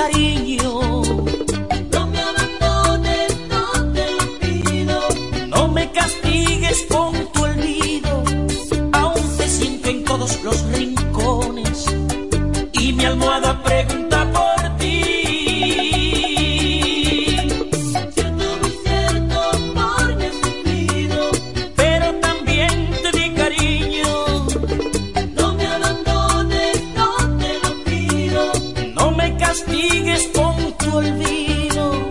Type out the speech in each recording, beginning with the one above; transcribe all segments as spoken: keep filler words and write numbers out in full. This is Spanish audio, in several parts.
cariño. No me abandones, no te lo pido. No me castigues con tu olvido. Aún te siento en todos los rincones y mi almohada pregunta por ti. Cierto, muy cierto, por mi sufrido. Pero también te di cariño. No me abandones, no te lo pido. No me castigues con tu olvido.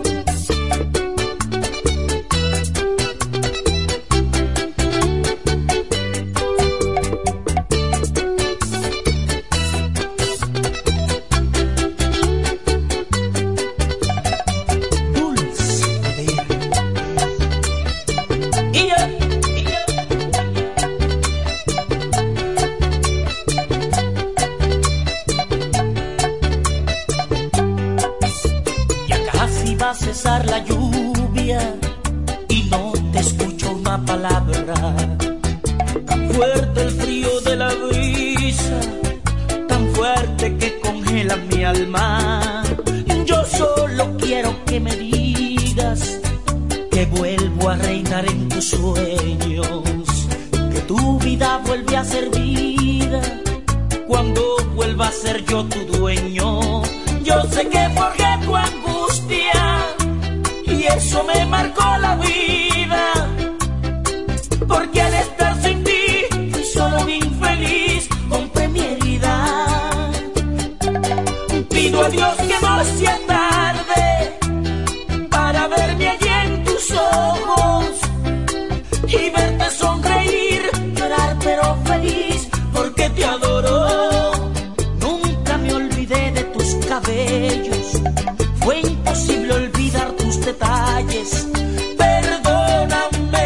Va a cesar la lluvia y no te escucho una palabra. Tan fuerte el frío de la brisa, tan fuerte que congela mi alma. Yo solo quiero que me digas que vuelvo a reinar en tus sueños, que tu vida vuelve a ser vida cuando vuelva a ser yo tu dueño. Yo sé que forjé tu angustia y eso me marcó la vida, porque al estar sin ti fui solo un infeliz, compré mi herida. Pido a Dios que no sea tarde para verme allí en tus ojos y verte sonreír, llorar pero feliz, porque te adoro. Nunca me olvidé de tus cabellos, fue imposible olvidar tus detalles. Perdóname.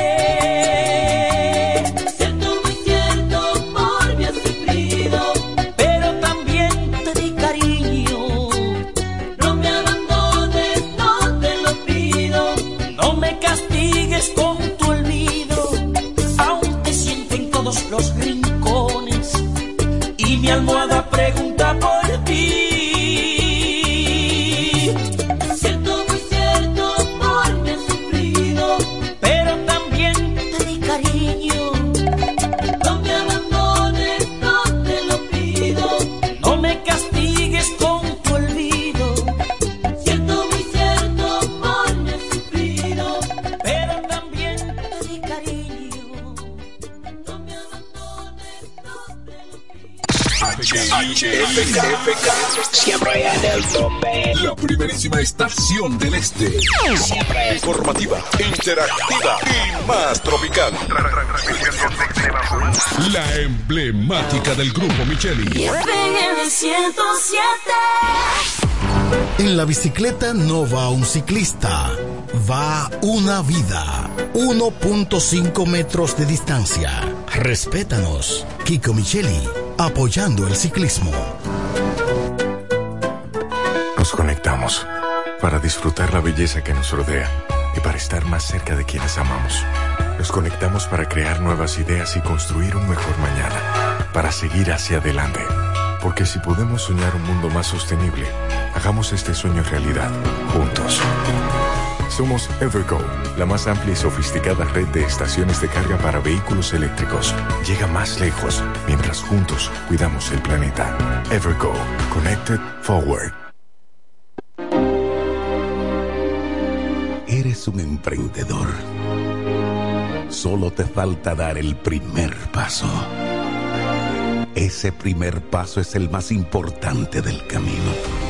Cierto, muy cierto, por mi sufrido. Pero también te di cariño. No me abandones, no te lo pido. No me castigues con tu olvido. Aún te siento en todos los rincones y mi almohada pregunta por ti. Cierto, muy cierto, por mi sufrido. Pero también te di cariño. No me abandones, no te lo pido. No me castigues con tu olvido. Cierto, muy cierto, por mi sufrido. Pero también te di cariño. No me abandones, no te lo pido. H F K, siempre en el tope. La primerísima estación del este. Siempre informativa, interactiva y más tropical. La emblemática del grupo Micheli. ciento siete. En la bicicleta no va un ciclista, va una vida. uno punto cinco metros de distancia. Respétanos. Kiko Micheli, apoyando el ciclismo. Nos conectamos para disfrutar la belleza que nos rodea y para estar más cerca de quienes amamos. Nos conectamos para crear nuevas ideas y construir un mejor mañana, para seguir hacia adelante. Porque si podemos soñar un mundo más sostenible, hagamos este sueño realidad, juntos. Somos Evergo, la más amplia y sofisticada red de estaciones de carga para vehículos eléctricos. Llega más lejos, mientras juntos cuidamos el planeta. Evergo, Connected Forward. Eres un emprendedor. Solo te falta dar el primer paso. Ese primer paso es el más importante del camino.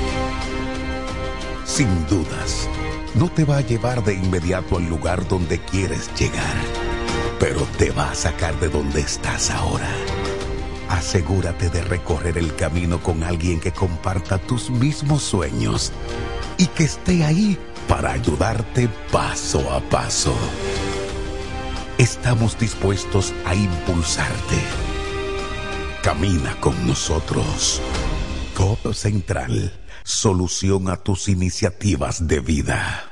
Sin dudas, no te va a llevar de inmediato al lugar donde quieres llegar, pero te va a sacar de donde estás ahora. Asegúrate de recorrer el camino con alguien que comparta tus mismos sueños y que esté ahí para ayudarte paso a paso. Estamos dispuestos a impulsarte. Camina con nosotros. Codo Central, solución a tus iniciativas de vida.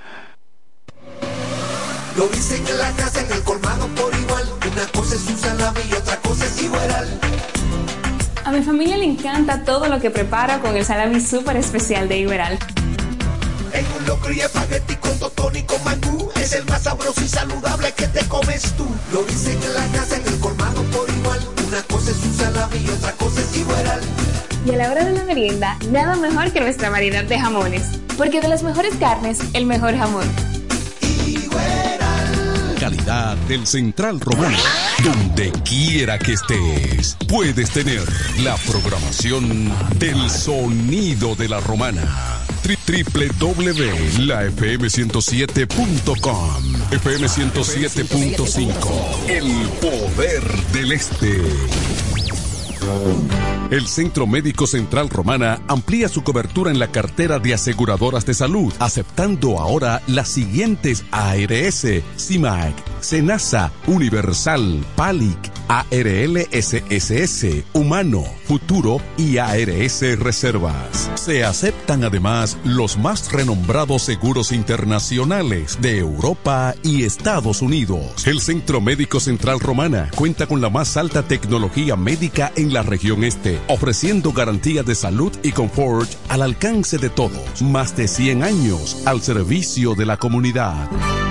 Lo dicen en la casa, en el colmado por igual. Una cosa es un salami y otra cosa es igual. A mi familia le encanta todo lo que preparo con el salami súper especial de Iberal. En un locro y espagueti con totón y con mangú, es el más sabroso y saludable que te comes tú. Lo dicen en la casa, en el colmado por igual. Una cosa es un salami y otra cosa es Iberal. Y a la hora de la merienda, nada mejor que nuestra variedad de jamones. Porque de las mejores carnes, el mejor jamón. Calidad del Central Romano. Donde quiera que estés, puedes tener la programación del sonido de la romana. doble u doble u doble u punto la f m ciento siete punto com. F M ciento siete punto cinco. El poder del este. El Centro Médico Central Romana amplía su cobertura en la cartera de aseguradoras de salud, aceptando ahora las siguientes A R S, CIMAC, SENASA, Universal, PALIC, A R L S S S, Humano, Futuro y A R S Reservas. Se aceptan además los más renombrados seguros internacionales de Europa y Estados Unidos. El Centro Médico Central Romana cuenta con la más alta tecnología médica en la región este, ofreciendo garantía de salud y confort al alcance de todos. Más de cien años al servicio de la comunidad.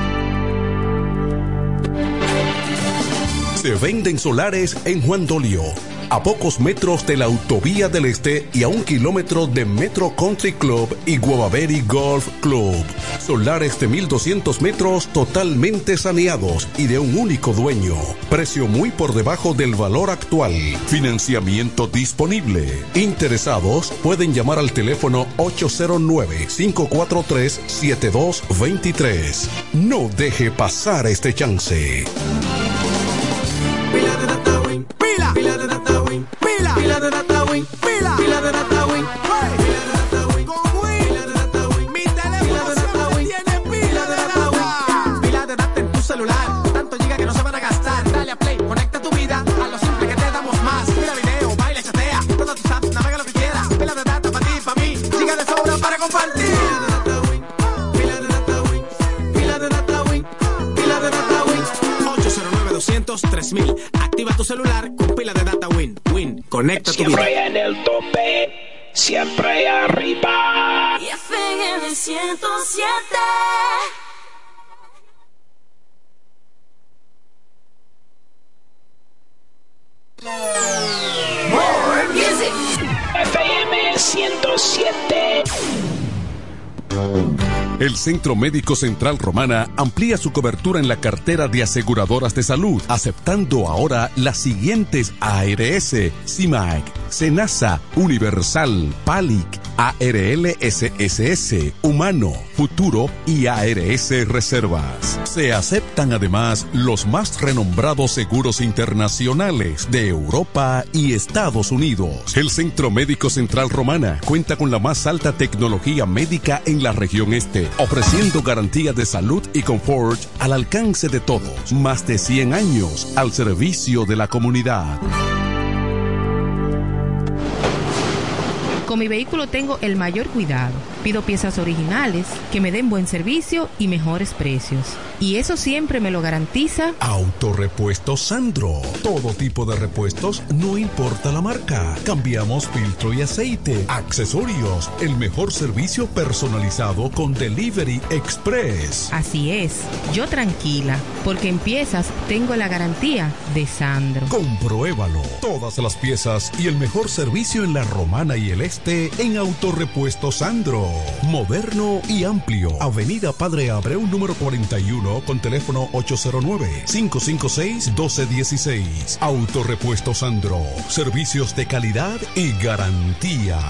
Se venden solares en Juan Dolio, a pocos metros de la Autovía del Este y a un kilómetro de Metro Country Club y Guavaberi Golf Club. Solares de mil doscientos metros totalmente saneados y de un único dueño. Precio muy por debajo del valor actual. Financiamiento disponible. Interesados pueden llamar al teléfono ocho cero nueve, cinco cuatro tres, siete dos dos tres. No deje pasar este chance. Pila de data win, pila, pila de data win, pila, pila de data win, pila, pila de data win, hey, pila de data win, con win, pila de data win, mi teléfono siempre tiene pila de data win, pila de data en tu celular, tanto giga que no se van a gastar, dale a play, conecta tu vida a lo simple que te damos más, mira video, baila, chatea, todas tus apps, navega lo que quieras, pila de data para ti, para mí, giga de sobra para compartir. Pila de data win, pila de data win, pila de data win, ocho cero nueve, doscientos, tres mil. Activa tu celular con pila de data Win. Win, conecta tu vida. Siempre en el tope, siempre arriba. Y F M ciento siete. More music. F M ciento siete. El Centro Médico Central Romana amplía su cobertura en la cartera de aseguradoras de salud, aceptando ahora las siguientes A R S, CIMAC, SENASA, Universal, PALIC, A R L S S S, Humano, Futuro y A R S Reservas. Se aceptan además los más renombrados seguros internacionales de Europa y Estados Unidos. El Centro Médico Central Romana cuenta con la más alta tecnología médica en la región este, ofreciendo garantía de salud y confort al alcance de todos. Más de cien años al servicio de la comunidad. Con mi vehículo tengo el mayor cuidado. Pido piezas originales, que me den buen servicio y mejores precios. Y eso siempre me lo garantiza Autorepuesto Sandro. Todo tipo de repuestos, no importa la marca. Cambiamos filtro y aceite, accesorios, el mejor servicio personalizado con Delivery Express. Así es, yo tranquila, porque en piezas tengo la garantía de Sandro. Compruébalo. Todas las piezas y el mejor servicio en la Romana y el Este en Autorepuesto Sandro. Moderno y amplio. Avenida Padre Abreu número cuarenta y uno con teléfono ocho cero nueve, cinco cinco seis, uno dos uno seis. Autorepuesto Sandro. Servicios de calidad y garantía.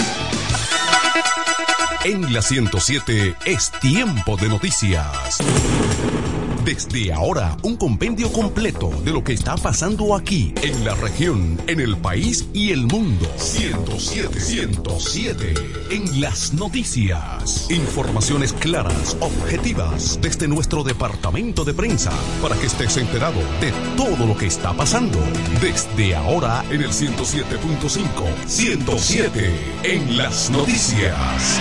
En la ciento siete es tiempo de noticias. Desde ahora, un compendio completo de lo que está pasando aquí, en la región, en el país y el mundo. ciento siete, ciento siete. En las noticias. Informaciones claras, objetivas, desde nuestro departamento de prensa, para que estés enterado de todo lo que está pasando. Desde ahora, en el ciento siete punto cinco. ciento siete. En las noticias.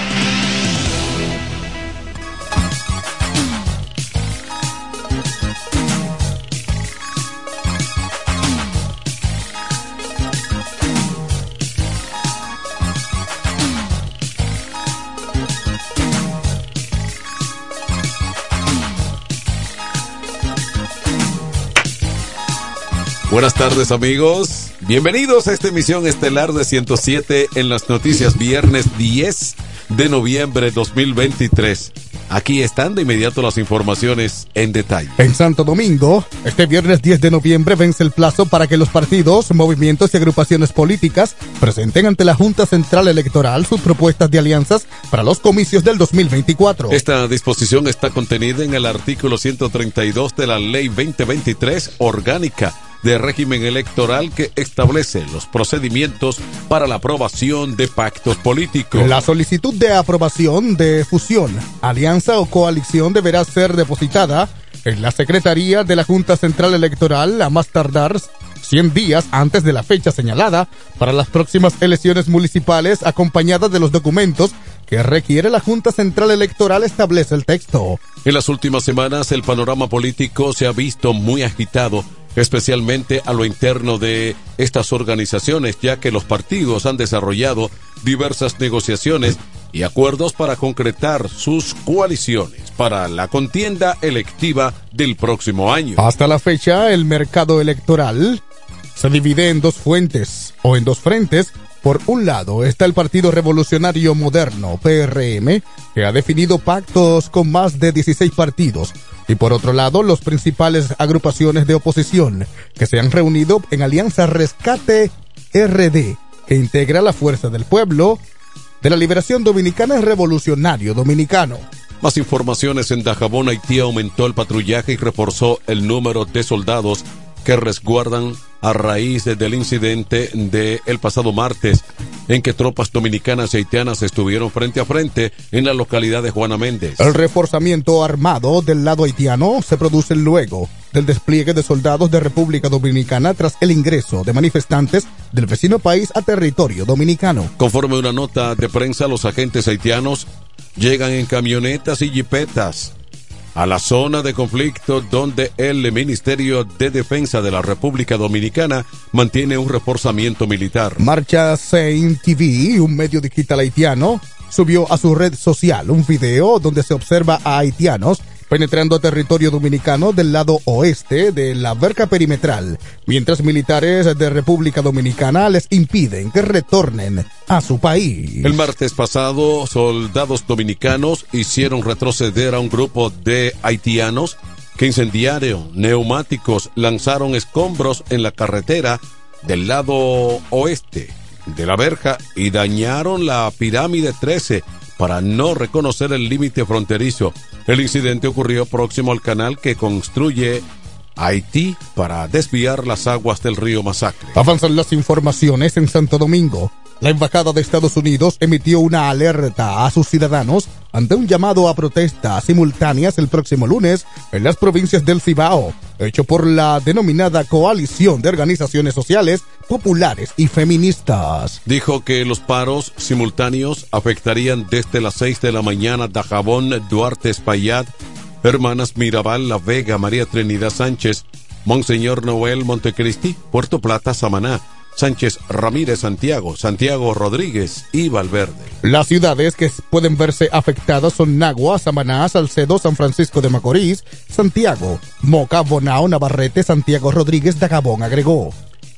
Buenas tardes, amigos. Bienvenidos a esta emisión estelar de ciento siete en las noticias, viernes diez de noviembre de dos mil veintitrés. Aquí están de inmediato las informaciones en detalle. En Santo Domingo, este viernes diez de noviembre vence el plazo para que los partidos, movimientos y agrupaciones políticas presenten ante la Junta Central Electoral sus propuestas de alianzas para los comicios del dos mil veinticuatro. Esta disposición está contenida en el artículo ciento treinta y dos de la Ley veinte veintitrés orgánica de régimen electoral, que establece los procedimientos para la aprobación de pactos políticos. La solicitud de aprobación de fusión, alianza o coalición deberá ser depositada en la Secretaría de la Junta Central Electoral a más tardar cien días antes de la fecha señalada para las próximas elecciones municipales, acompañadas de los documentos que requiere la Junta Central Electoral, establece el texto. En las últimas semanas el panorama político se ha visto muy agitado, especialmente a lo interno de estas organizaciones, ya que los partidos han desarrollado diversas negociaciones y acuerdos para concretar sus coaliciones para la contienda electiva del próximo año. Hasta la fecha, el mercado electoral se divide en dos fuentes o en dos frentes. Por un lado está el Partido Revolucionario Moderno, P R M, que ha definido pactos con más de dieciséis partidos. Y por otro lado, las principales agrupaciones de oposición, que se han reunido en Alianza Rescate R D, que integra la Fuerza del Pueblo de la Liberación Dominicana y Revolucionario Dominicano. Más informaciones: en Dajabón, Haití aumentó el patrullaje y reforzó el número de soldados que resguardan a raíz del incidente de el pasado martes, en que tropas dominicanas y haitianas estuvieron frente a frente en la localidad de Juana Méndez. El reforzamiento armado del lado haitiano se produce luego del despliegue de soldados de República Dominicana tras el ingreso de manifestantes del vecino país a territorio dominicano. Conforme una nota de prensa, los agentes haitianos llegan en camionetas y jipetas a la zona de conflicto, donde el Ministerio de Defensa de la República Dominicana mantiene un reforzamiento militar. Marcha Saint T V, un medio digital haitiano, subió a su red social un video donde se observa a haitianos penetrando a territorio dominicano del lado oeste de la verja perimetral, mientras militares de República Dominicana les impiden que retornen a su país. El martes pasado, soldados dominicanos hicieron retroceder a un grupo de haitianos que incendiaron neumáticos, lanzaron escombros en la carretera del lado oeste de la verja y dañaron la pirámide trece para no reconocer el límite fronterizo. El incidente ocurrió próximo al canal que construye Haití para desviar las aguas del río Masacre. Avanzan las informaciones en Santo Domingo. La Embajada de Estados Unidos emitió una alerta a sus ciudadanos ante un llamado a protestas simultáneas el próximo lunes en las provincias del Cibao, hecho por la denominada Coalición de Organizaciones Sociales, Populares y Feministas. Dijo que los paros simultáneos afectarían desde las seis de la mañana Dajabón, Duarte, Espaillat, Hermanas Mirabal, La Vega, María Trinidad Sánchez, Monseñor Noel, Montecristi, Puerto Plata, Samaná, Sánchez Ramírez, Santiago, Santiago Rodríguez y Valverde. Las ciudades que pueden verse afectadas son Nagua, Samaná, Salcedo, San Francisco de Macorís, Santiago, Moca, Bonao, Navarrete, Santiago Rodríguez, Dajabón, agregó.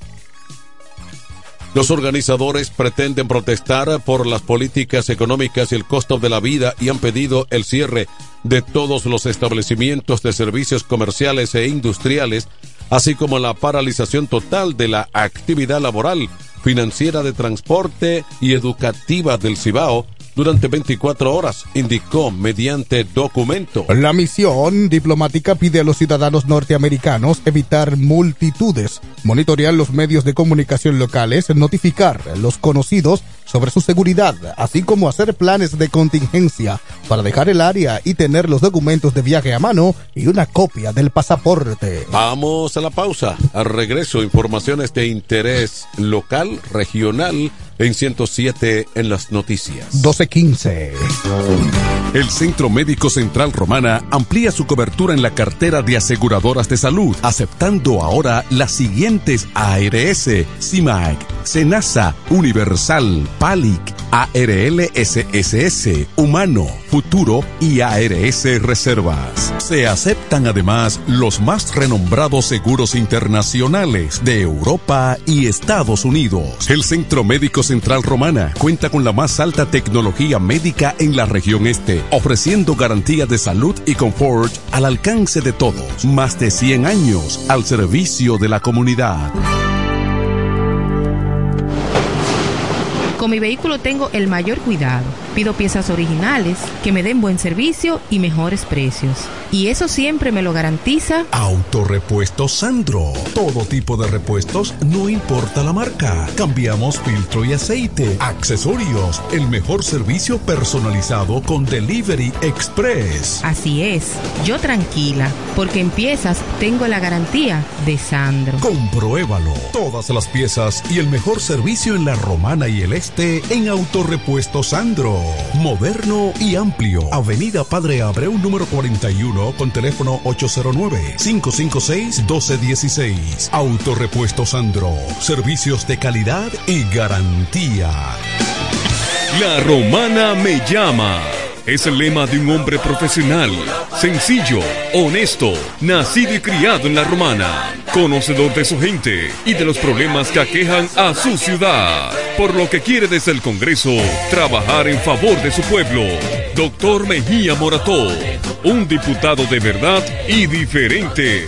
Los organizadores pretenden protestar por las políticas económicas y el costo de la vida y han pedido el cierre de todos los establecimientos de servicios comerciales e industriales, así como la paralización total de la actividad laboral, financiera, de transporte y educativa del Cibao durante veinticuatro horas, indicó mediante documento. La misión diplomática pide a los ciudadanos norteamericanos evitar multitudes, monitorear los medios de comunicación locales, notificar a los conocidos sobre su seguridad, así como hacer planes de contingencia para dejar el área y tener los documentos de viaje a mano y una copia del pasaporte. Vamos a la pausa. Al regreso, informaciones de interés local, regional, en ciento siete en las noticias. doce quince. El Centro Médico Central Romana amplía su cobertura en la cartera de aseguradoras de salud, aceptando ahora las siguientes A R S, CIMAC, SENASA, Universal, Palic, A R L S S S, Humano, Futuro y A R S Reservas. Se aceptan además los más renombrados seguros internacionales de Europa y Estados Unidos. El Centro Médico Central Romana cuenta con la más alta tecnología médica en la región este, ofreciendo garantía de salud y confort al alcance de todos. Más de cien años al servicio de la comunidad. Con mi vehículo tengo el mayor cuidado. Pido piezas originales, que me den buen servicio y mejores precios. Y eso siempre me lo garantiza Autorepuesto Sandro. Todo tipo de repuestos, no importa la marca. Cambiamos filtro y aceite, accesorios, el mejor servicio personalizado con Delivery Express. Así es, yo tranquila, porque en piezas tengo la garantía de Sandro. Compruébalo. Todas las piezas y el mejor servicio en la Romana y el Este en Autorepuesto Sandro. Moderno y amplio. Avenida Padre Abreu número cuarenta y uno con teléfono ocho cero nueve, cinco cinco seis, uno dos uno seis. Autorepuesto Sandro. Servicios de calidad y garantía. La Romana me llama. Es el lema de un hombre profesional, sencillo, honesto, nacido y criado en La Romana, conocedor de su gente y de los problemas que aquejan a su ciudad, por lo que quiere desde el Congreso trabajar en favor de su pueblo. Doctor Mejía Morató, un diputado de verdad y diferente.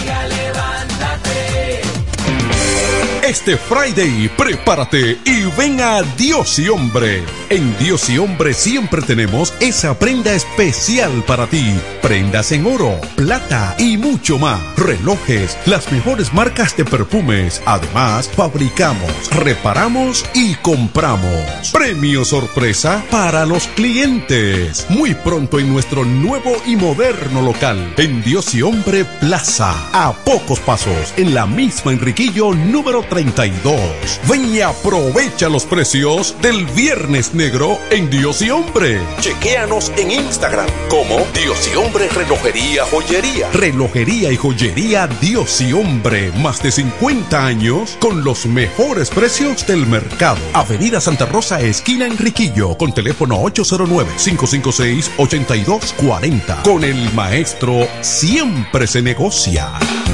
Este Friday, prepárate y ven a Dios y Hombre. En Dios y Hombre siempre tenemos esa prenda especial para ti. Prendas en oro, plata y mucho más. Relojes, las mejores marcas de perfumes. Además, fabricamos, reparamos y compramos. Premio sorpresa para los clientes. Muy pronto en nuestro nuevo y moderno local. En Dios y Hombre Plaza. A pocos pasos, en la misma Enriquillo número treinta y dos. Ven y aprovecha los precios del Viernes Negro en Dios y Hombre. Chequéanos en Instagram como Dios y Hombre Relojería Joyería. Relojería y joyería Dios y Hombre. Más de cincuenta años con los mejores precios del mercado. Avenida Santa Rosa, esquina Enriquillo, con teléfono ocho cero nueve, cinco cinco seis, ocho dos cuatro cero. Con el maestro siempre se negocia.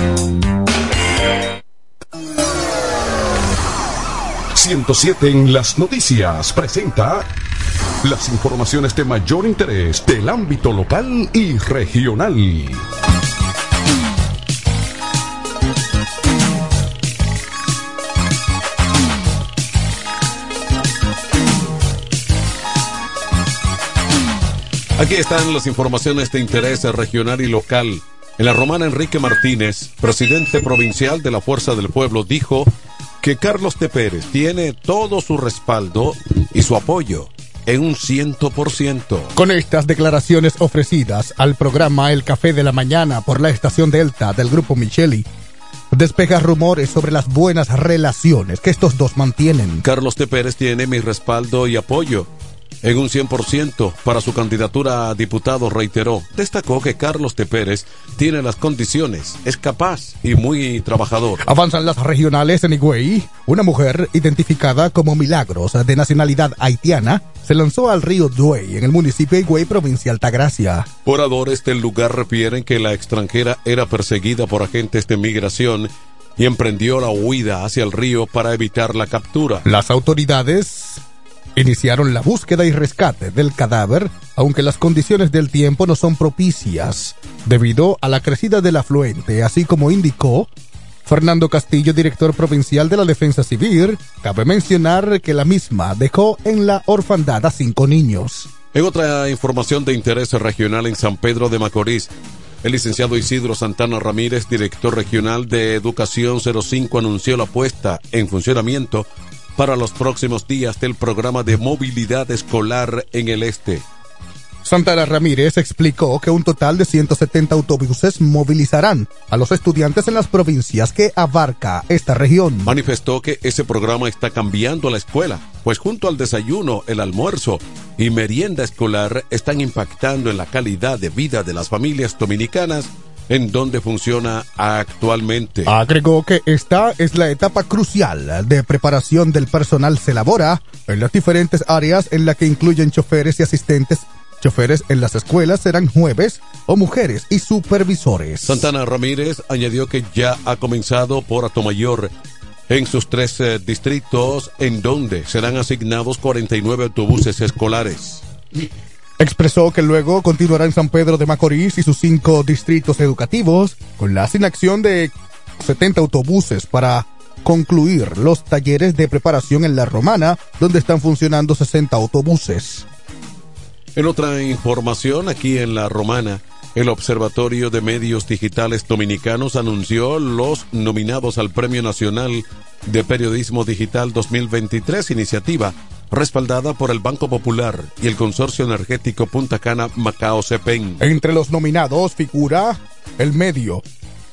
ciento siete en las noticias presenta las informaciones de mayor interés del ámbito local y regional. Aquí están las informaciones de interés regional y local. En La Romana, Enrique Martínez, presidente provincial de la Fuerza del Pueblo, dijo que Carlos T. Pérez tiene todo su respaldo y su apoyo en un ciento por ciento. Con estas declaraciones ofrecidas al programa El Café de la Mañana por la estación Delta del Grupo Micheli, despeja rumores sobre las buenas relaciones que estos dos mantienen. Carlos T. Pérez tiene mi respaldo y apoyo en un cien por ciento para su candidatura a diputado, reiteró. Destacó que Carlos T. Pérez tiene las condiciones, es capaz y muy trabajador. Avanzan las regionales en Higüey. Una mujer identificada como Milagros, de nacionalidad haitiana, se lanzó al río Duey en el municipio de Higüey, provincia de Altagracia. Oradores del lugar refieren que la extranjera era perseguida por agentes de migración y emprendió la huida hacia el río para evitar la captura. Las autoridades iniciaron la búsqueda y rescate del cadáver, aunque las condiciones del tiempo no son propicias, debido a la crecida del afluente, así como indicó Fernando Castillo, director provincial de la Defensa Civil. Cabe mencionar que la misma dejó en la orfandad a cinco niños. En otra información de interés regional, en San Pedro de Macorís, el licenciado Isidro Santana Ramírez, director regional de Educación cero cinco, anunció la puesta en funcionamiento para los próximos días del programa de movilidad escolar en el este. Santana Ramírez explicó que un total de ciento setenta autobuses movilizarán a los estudiantes en las provincias que abarca esta región. Manifestó que ese programa está cambiando la escuela, pues junto al desayuno, el almuerzo y merienda escolar están impactando en la calidad de vida de las familias dominicanas en donde funciona actualmente. Agregó que esta es la etapa crucial de preparación del personal. Se elabora en las diferentes áreas en las que incluyen choferes y asistentes. Choferes en las escuelas serán jueves o mujeres y supervisores. Santana Ramírez añadió que ya ha comenzado por Atomayor en sus tres eh, distritos, en donde serán asignados cuarenta y nueve autobuses escolares. Expresó que luego continuará en San Pedro de Macorís y sus cinco distritos educativos con la asignación de setenta autobuses para concluir los talleres de preparación en La Romana, donde están funcionando sesenta autobuses. En otra información, aquí en La Romana, el Observatorio de Medios Digitales Dominicanos anunció los nominados al Premio Nacional de Periodismo Digital dos mil veintitrés, iniciativa respaldada por el Banco Popular y el Consorcio Energético Punta Cana Macao Cepén. Entre los nominados figura el medio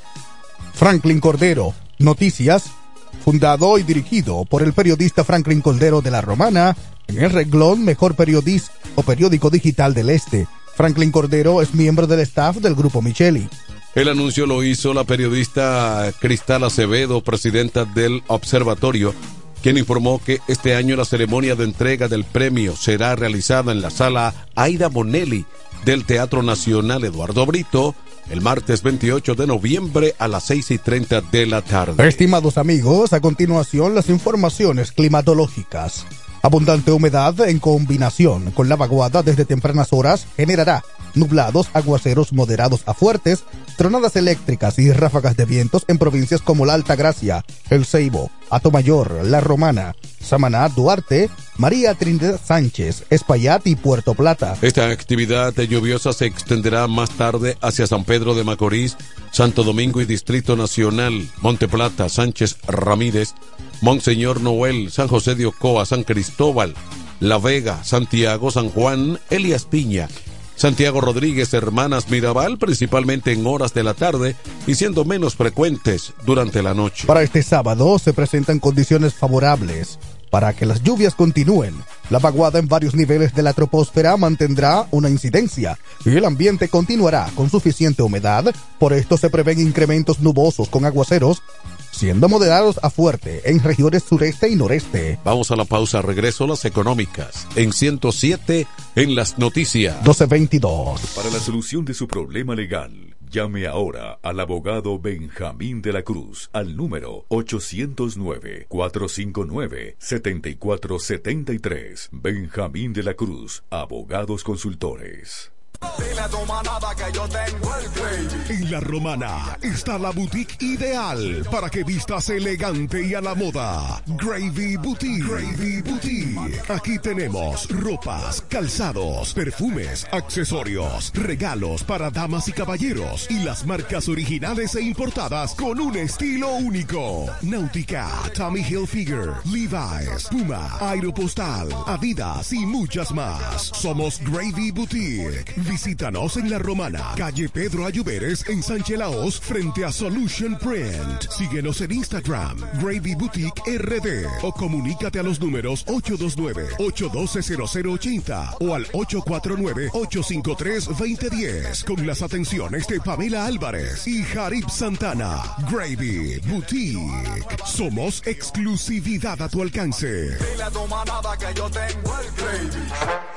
Franklin Cordero Noticias, fundado y dirigido por el periodista Franklin Cordero de La Romana, en el renglón Mejor Periodista o Periódico Digital del Este. Franklin Cordero es miembro del staff del Grupo Micheli. El anuncio lo hizo la periodista Cristal Acevedo, presidenta del observatorio, quien informó que este año la ceremonia de entrega del premio será realizada en la sala Aida Bonelli del Teatro Nacional Eduardo Brito el martes veintiocho de noviembre a las seis y treinta de la tarde. Estimados amigos, a continuación las informaciones climatológicas. Abundante humedad en combinación con la vaguada desde tempranas horas generará nublados, aguaceros moderados a fuertes, tronadas eléctricas y ráfagas de vientos en provincias como La Altagracia, El Ceibo, Atomayor, La Romana, Samaná, Duarte, María Trinidad Sánchez, Espaillat y Puerto Plata. Esta actividad lluviosa se extenderá más tarde hacia San Pedro de Macorís, Santo Domingo y Distrito Nacional, Monte Plata, Sánchez Ramírez, Monseñor Noel, San José de Ocoa, San Cristóbal, La Vega, Santiago, San Juan, Elías Piña, Santiago Rodríguez, Hermanas Mirabal, principalmente en horas de la tarde y siendo menos frecuentes durante la noche. Para este sábado se presentan condiciones favorables para que las lluvias continúen. La vaguada en varios niveles de la troposfera mantendrá una incidencia y el ambiente continuará con suficiente humedad. Por esto se prevén incrementos nubosos con aguaceros, siendo moderados a fuerte en regiones sureste y noreste. Vamos a la pausa, regreso a las económicas en ciento siete en las noticias. doce veintidós. Para la solución de su problema legal, llame ahora al abogado Benjamín de la Cruz al número ochocientos nueve, cuatrocientos cincuenta y nueve, setenta y cuatro setenta y tres. Benjamín de la Cruz, Abogados Consultores. Dile a tu manada que yo tengo el Gravy. En La Romana está la boutique ideal para que vistas elegante y a la moda. Gravy Boutique. Gravy Boutique. Aquí tenemos ropas, calzados, perfumes, accesorios, regalos para damas y caballeros y las marcas originales e importadas con un estilo único. Nautica, Tommy Hilfiger, Levi's, Puma, Aeropostal, Adidas y muchas más. Somos Gravy Boutique. Visítanos en La Romana, calle Pedro Ayuberes, en Sánchez Laos, frente a Solution Print. Síguenos en Instagram, Gravy Boutique R D, o comunícate a los números ocho dos nueve, ocho uno dos, cero cero ocho cero o al ocho cuatro nueve, ocho cinco tres, dos cero uno cero, con las atenciones de Pamela Álvarez y Jarib Santana. Gravy Boutique. Somos exclusividad a tu alcance. Dile a tu manada que yo tengo el Gravy.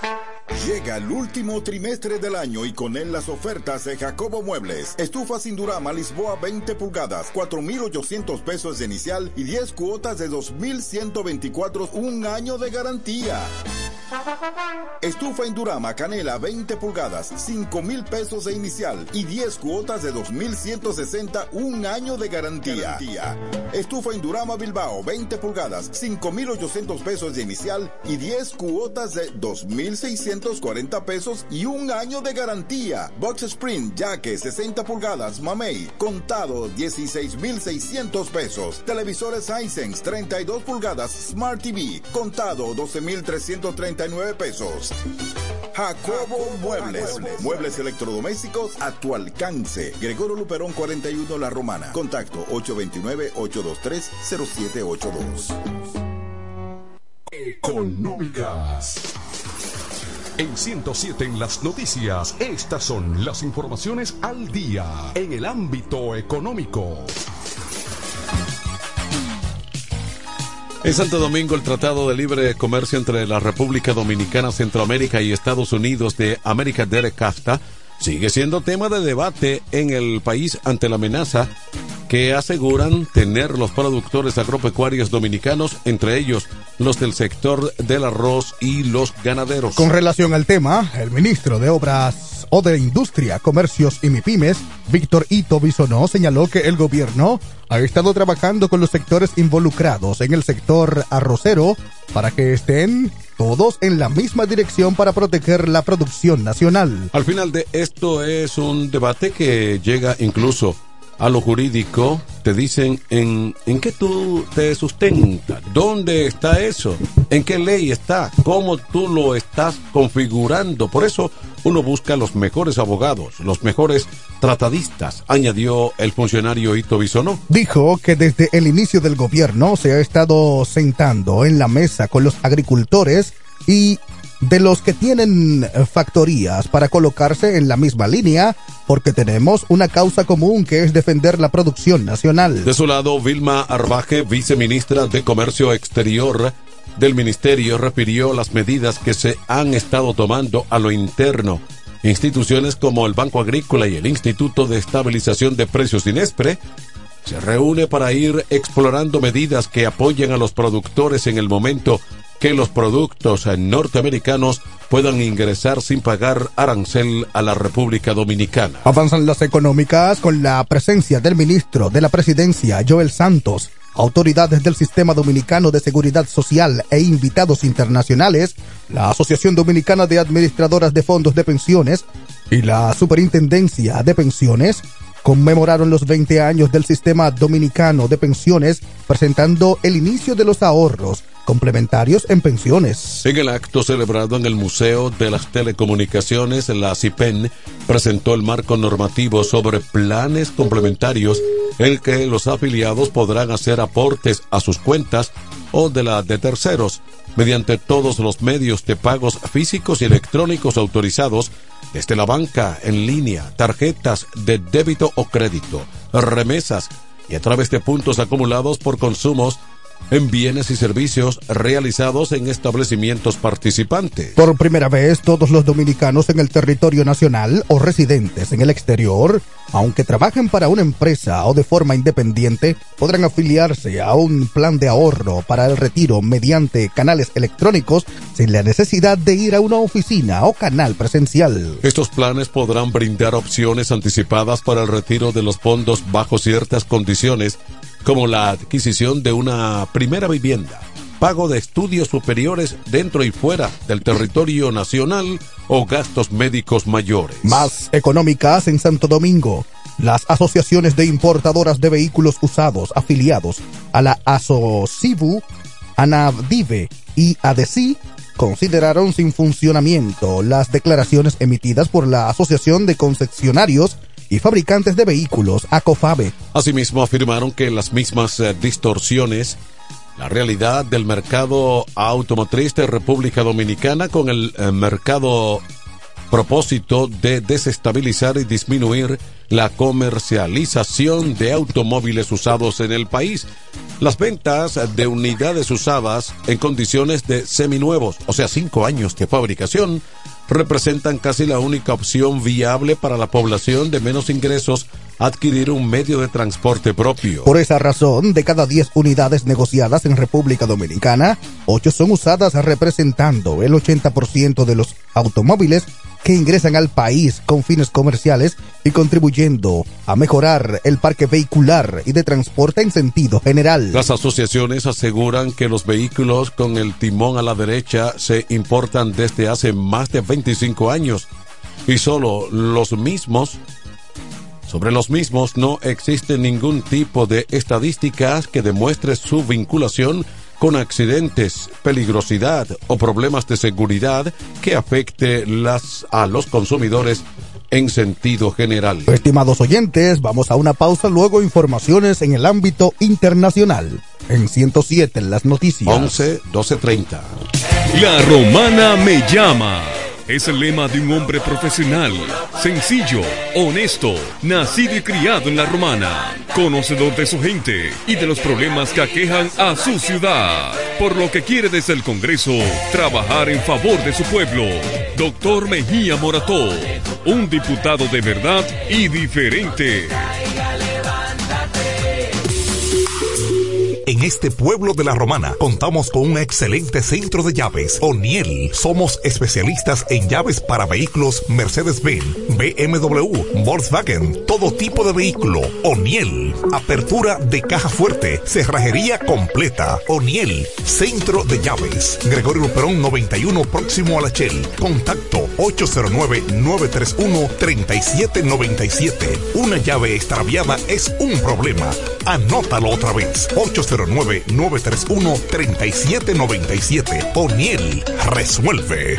Llega el último trimestre del año y con él las ofertas de Jacobo Muebles. Estufa sin Durama Lisboa veinte pulgadas, cuatro mil ochocientos pesos de inicial y diez cuotas de dos mil ciento veinticuatro, un año de garantía. Estufa Indurama Canela veinte pulgadas, cinco mil pesos de inicial y diez cuotas de dos mil ciento sesenta, un año de garantía. garantía. Estufa Indurama Bilbao veinte pulgadas, cinco mil ochocientos pesos de inicial y diez cuotas de dos mil seiscientos cuarenta pesos y un año de garantía. Box Spring Jaque sesenta pulgadas Mamey, contado dieciséis mil seiscientos pesos. Televisores Hisense treinta y dos pulgadas Smart T V, contado doce mil trescientos treinta y nueve pesos. Jacobo Muebles, muebles electrodomésticos a tu alcance. Gregorio Luperón cuarenta y uno La Romana. Contacto ocho dos nueve, ocho dos tres, cero siete ocho dos. Económicas. En ciento siete en las noticias, estas son las informaciones al día en el ámbito económico. En Santo Domingo, el Tratado de Libre Comercio entre la República Dominicana, Centroamérica y Estados Unidos de América del CAFTA sigue siendo tema de debate en el país ante la amenaza que aseguran tener los productores agropecuarios dominicanos, entre ellos los del sector del arroz y los ganaderos. Con relación al tema, el ministro de Obras o de Industria, Comercios y MIPIMES, Víctor Ito Bisonó, señaló que el gobierno ha estado trabajando con los sectores involucrados en el sector arrocero para que estén todos en la misma dirección para proteger la producción nacional. Al final de esto es un debate que llega incluso a lo jurídico. Te dicen en, en qué tú te sustentas, dónde está eso, en qué ley está, cómo tú lo estás configurando. Por eso uno busca los mejores abogados, los mejores tratadistas, añadió el funcionario Ito Bisonó. Dijo que desde el inicio del gobierno se ha estado sentando en la mesa con los agricultores y de los que tienen factorías para colocarse en la misma línea, porque tenemos una causa común que es defender la producción nacional. De su lado, Vilma Arbaje, viceministra de Comercio Exterior del Ministerio, refirió las medidas que se han estado tomando a lo interno. Instituciones como el Banco Agrícola y el Instituto de Estabilización de Precios INESPRE se reúne para ir explorando medidas que apoyen a los productores en el momento que los productos norteamericanos puedan ingresar sin pagar arancel a la República Dominicana. Avanzan las económicas con la presencia del ministro de la Presidencia, Joel Santos, autoridades del Sistema Dominicano de Seguridad Social e invitados internacionales, la Asociación Dominicana de Administradoras de Fondos de Pensiones y la Superintendencia de Pensiones conmemoraron los veinte años del Sistema Dominicano de Pensiones, presentando el inicio de los ahorros complementarios en pensiones. En el acto celebrado en el Museo de las Telecomunicaciones, la CIPEN presentó el marco normativo sobre planes complementarios en el que los afiliados podrán hacer aportes a sus cuentas o de la de terceros mediante todos los medios de pagos físicos y electrónicos autorizados, desde la banca en línea, tarjetas de débito o crédito, remesas y a través de puntos acumulados por consumos en bienes y servicios realizados en establecimientos participantes. Por primera vez, todos los dominicanos en el territorio nacional o residentes en el exterior, aunque trabajen para una empresa o de forma independiente, podrán afiliarse a un plan de ahorro para el retiro mediante canales electrónicos sin la necesidad de ir a una oficina o canal presencial. Estos planes podrán brindar opciones anticipadas para el retiro de los fondos bajo ciertas condiciones, como la adquisición de una primera vivienda, pago de estudios superiores dentro y fuera del territorio nacional o gastos médicos mayores. Más económicas en Santo Domingo. Las asociaciones de importadoras de vehículos usados afiliados a la ASOCIBU, ANAVDIVE y ADECI consideraron sin funcionamiento las declaraciones emitidas por la Asociación de Concesionarios y Fabricantes de Vehículos, ACOFAVE. Asimismo, afirmaron que las mismas eh, distorsiones la realidad del mercado automotriz de República Dominicana con el eh, mercado propósito de desestabilizar y disminuir la comercialización de automóviles usados en el país. Las ventas de unidades usadas en condiciones de seminuevos, o sea, cinco años de fabricación, representan casi la única opción viable para la población de menos ingresos adquirir un medio de transporte propio. Por esa razón, de cada diez unidades negociadas en República Dominicana, ocho son usadas, representando el ochenta por ciento de los automóviles que ingresan al país con fines comerciales y contribuyendo a mejorar el parque vehicular y de transporte en sentido general. Las asociaciones aseguran que los vehículos con el timón a la derecha se importan desde hace más de veinticinco años y solo los mismos Sobre los mismos no existe ningún tipo de estadísticas que demuestre su vinculación con accidentes, peligrosidad o problemas de seguridad que afecte las, a los consumidores en sentido general. Estimados oyentes, vamos a una pausa, luego informaciones en el ámbito internacional. En ciento siete en las noticias. once, doce treinta. La Romana me llama. es el lema de un hombre profesional, sencillo, honesto, nacido y criado en la Romana, conocedor de su gente y de los problemas que aquejan a su ciudad, por lo que quiere desde el Congreso trabajar en favor de su pueblo. Doctor Mejía Morató, un diputado de verdad y diferente. En este pueblo de la Romana contamos con un excelente centro de llaves, O'Neill. Somos especialistas en llaves para vehículos Mercedes-Benz, B M W, Volkswagen, todo tipo de vehículo. O'Neill. Apertura de caja fuerte, cerrajería completa. O'Neill, centro de llaves. Gregorio Luperón noventa y uno, próximo a la Shell. Contacto ocho cero nueve, nueve tres uno, tres siete nueve siete. Una llave extraviada es un problema. Anótalo otra vez. ocho cero nueve, nueve tres uno, tres siete nueve siete. O'Neill resuelve.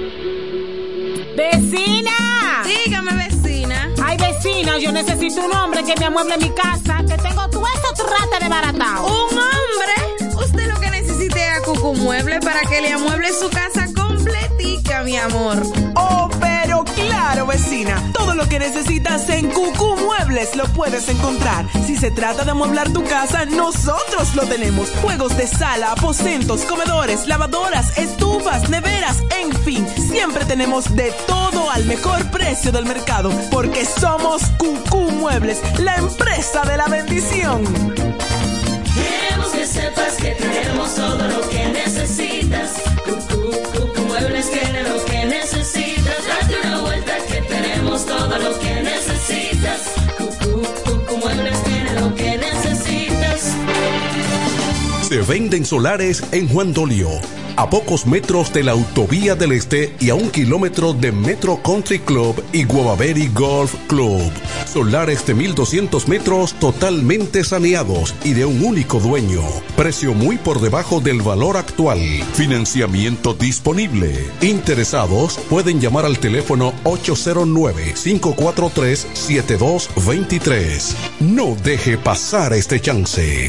¡Vecina! Dígame, vecina. Ay, vecina, yo necesito un hombre que me amueble mi casa, que tengo todo eso trate de baratao. ¿Un hombre? Usted lo que necesite es a Cucu Mueble para que le amueble su casa completica, mi amor. Oh, pero claro, vecina. Todo lo que necesitas en Cucú Muebles lo puedes encontrar. Si se trata de amueblar tu casa, nosotros lo tenemos. Juegos de sala, aposentos, comedores, lavadoras, estufas, neveras, en fin. Siempre tenemos de todo al mejor precio del mercado, porque somos Cucú Muebles, la empresa de la bendición. Queremos que sepas que tenemos todo lo que necesitas. Cucú, Cucú Muebles tiene lo que necesitas. Date una vuelta que tenemos todo lo que necesitas. Cucú, Cucú Muebles tiene lo que necesitas. Se venden solares en Juan Dolio, a pocos metros de la Autovía del Este y a un kilómetro de Metro Country Club y Guavaberi Golf Club. Solares de mil doscientos metros totalmente saneados y de un único dueño. Precio muy por debajo del valor actual. Financiamiento disponible. Interesados pueden llamar al teléfono ocho cero nueve, cinco cuatro tres, siete dos dos tres. No deje pasar este chance.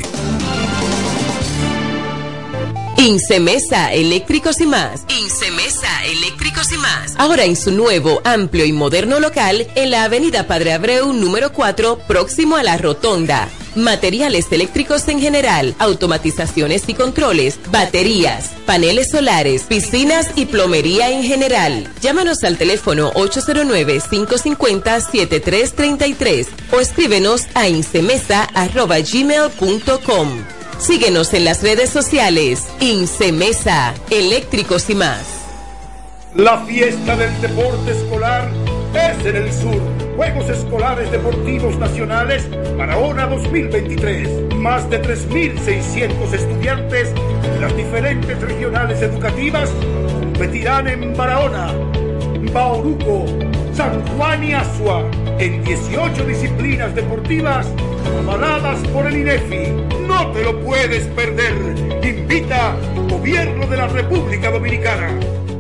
Incemesa Eléctricos y Más. Incemesa Eléctricos y Más. Ahora en su nuevo, amplio y moderno local en la avenida Padre Abreu número cuatro, próximo a la Rotonda. Materiales eléctricos en general, automatizaciones y controles, baterías, paneles solares, piscinas y plomería en general. Llámanos al teléfono ocho cero nueve, cinco cinco cero, siete tres tres tres o escríbenos a incemesa arroba gmail punto com. Síguenos en las redes sociales. Incemesa, Eléctricos y Más. La fiesta del deporte escolar es en el sur. Juegos Escolares Deportivos Nacionales Barahona dos mil veintitrés. Más de tres mil seiscientos estudiantes de las diferentes regionales educativas competirán en Barahona, Bauruco, San Juan y Azua en dieciocho disciplinas deportivas avaladas por el INEFI. No te lo puedes perder. Invita Gobierno de la República Dominicana.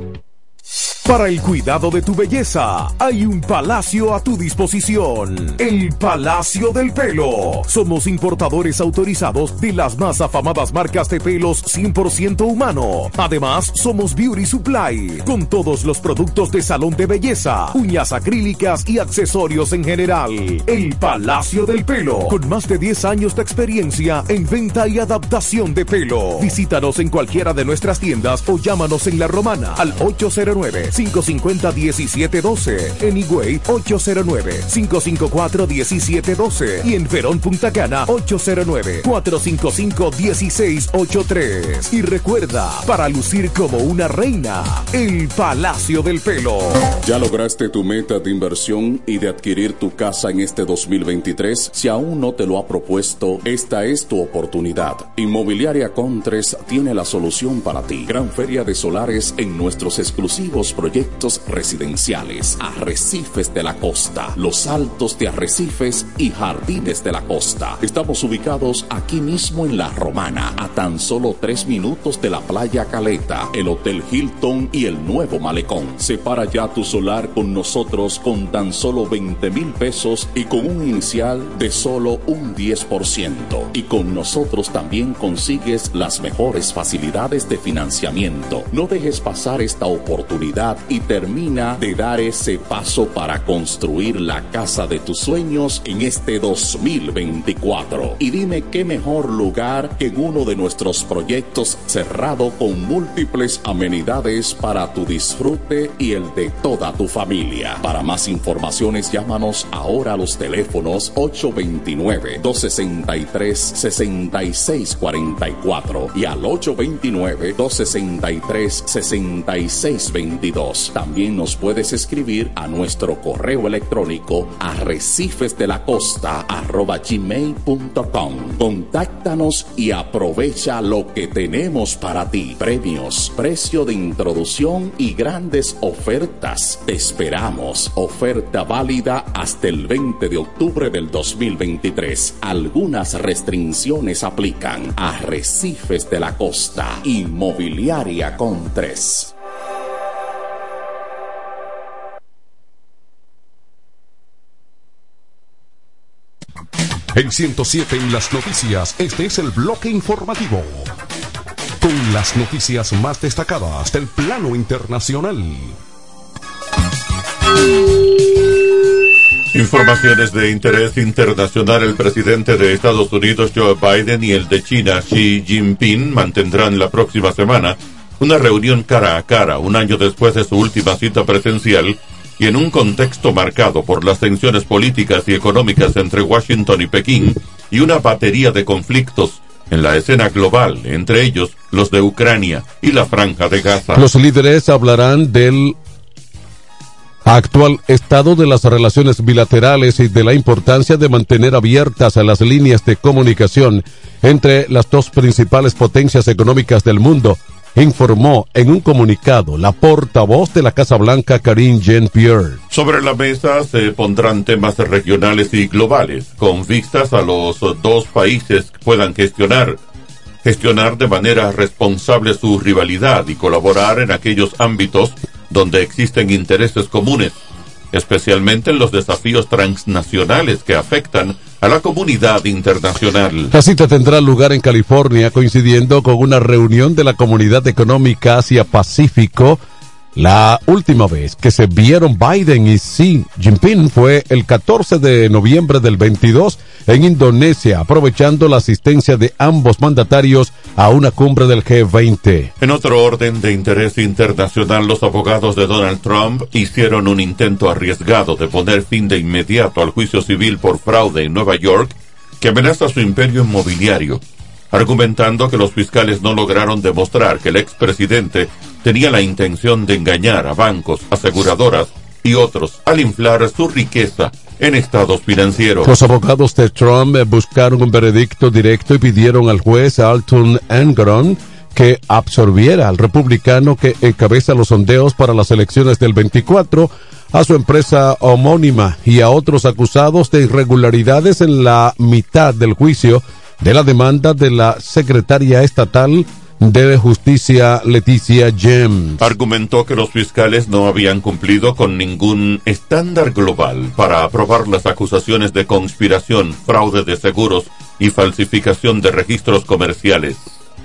Para el cuidado de tu belleza, hay un palacio a tu disposición. El Palacio del Pelo. Somos importadores autorizados de las más afamadas marcas de pelos cien por ciento humano. Además, somos Beauty Supply, con todos los productos de salón de belleza, uñas acrílicas y accesorios en general. El Palacio del Pelo, con más de diez años de experiencia en venta y adaptación de pelo. Visítanos en cualquiera de nuestras tiendas o llámanos en La Romana al ocho cero nueve, cinco cinco cero, uno siete uno dos, en Higüey ocho cero nueve, cinco cinco cuatro, uno siete uno dos y en Verón Punta Cana ocho cero nueve, cuatro cinco cinco, uno seis ocho tres. Y recuerda, para lucir como una reina, el Palacio del Pelo. ¿Ya lograste tu meta de inversión y de adquirir tu casa en este dos mil veintitrés? Si aún no te lo ha propuesto, esta es tu oportunidad. Inmobiliaria Contres tiene la solución para ti. Gran feria de solares en nuestros exclusivos proyectos residenciales, Arrecifes de la Costa, Los Altos de Arrecifes y Jardines de la Costa. Estamos ubicados aquí mismo en La Romana, a tan solo tres minutos de la playa Caleta, el Hotel Hilton y el nuevo Malecón. Separa ya tu solar con nosotros con tan solo veinte mil pesos y con un inicial de solo un diez por ciento. Y con nosotros también consigues las mejores facilidades de financiamiento. No dejes pasar esta oportunidad oportunidad y termina de dar ese paso para construir la casa de tus sueños en este dos mil veinticuatro. Y dime qué mejor lugar que en uno de nuestros proyectos cerrado con múltiples amenidades para tu disfrute y el de toda tu familia. Para más informaciones, llámanos ahora a los teléfonos ocho dos nueve, dos seis tres, seis seis cuatro cuatro y al ocho dos nueve, dos seis tres, seis seis dos dos. También nos puedes escribir a nuestro correo electrónico arrecifesdelacosta arroba gmail punto com. Contáctanos y aprovecha lo que tenemos para ti. Premios, precio de introducción y grandes ofertas. Te esperamos. Oferta válida hasta el veinte de octubre del dos mil veintitrés. Algunas restricciones aplican. Arrecifes de la Costa, Inmobiliaria con tres. En ciento siete en las noticias, este es el bloque informativo, con las noticias más destacadas del plano internacional. Informaciones de interés internacional. El presidente de Estados Unidos, Joe Biden, y el de China, Xi Jinping, mantendrán la próxima semana una reunión cara a cara, un año después de su última cita presencial, y en un contexto marcado por las tensiones políticas y económicas entre Washington y Pekín, y una batería de conflictos en la escena global, entre ellos los de Ucrania y la Franja de Gaza. Los líderes hablarán del actual estado de las relaciones bilaterales y de la importancia de mantener abiertas a las líneas de comunicación entre las dos principales potencias económicas del mundo, informó en un comunicado la portavoz de la Casa Blanca, Karine Jean-Pierre. Sobre la mesa se pondrán temas regionales y globales, con vistas a los dos países que puedan gestionar, gestionar de manera responsable su rivalidad y colaborar en aquellos ámbitos donde existen intereses comunes, especialmente en los desafíos transnacionales que afectan a la comunidad internacional. La cita tendrá lugar en California, coincidiendo con una reunión de la Comunidad Económica Asia-Pacífico. La última vez que se vieron Biden y Xi Jinping fue el catorce de noviembre del veintidós en Indonesia, aprovechando la asistencia de ambos mandatarios a una cumbre del G veinte. En otro orden de interés internacional, los abogados de Donald Trump hicieron un intento arriesgado de poner fin de inmediato al juicio civil por fraude en Nueva York, que amenaza su imperio inmobiliario, argumentando que los fiscales no lograron demostrar que el expresidente tenía la intención de engañar a bancos, aseguradoras y otros al inflar su riqueza en estados financieros. Los abogados de Trump buscaron un veredicto directo y pidieron al juez Alton Engoron que absorbiera al republicano que encabeza los sondeos para las elecciones del veinticuatro, a su empresa homónima y a otros acusados de irregularidades en la mitad del juicio de la demanda de la secretaria estatal de Justicia, Leticia James. Argumentó que los fiscales no habían cumplido con ningún estándar global para aprobar las acusaciones de conspiración, fraude de seguros y falsificación de registros comerciales.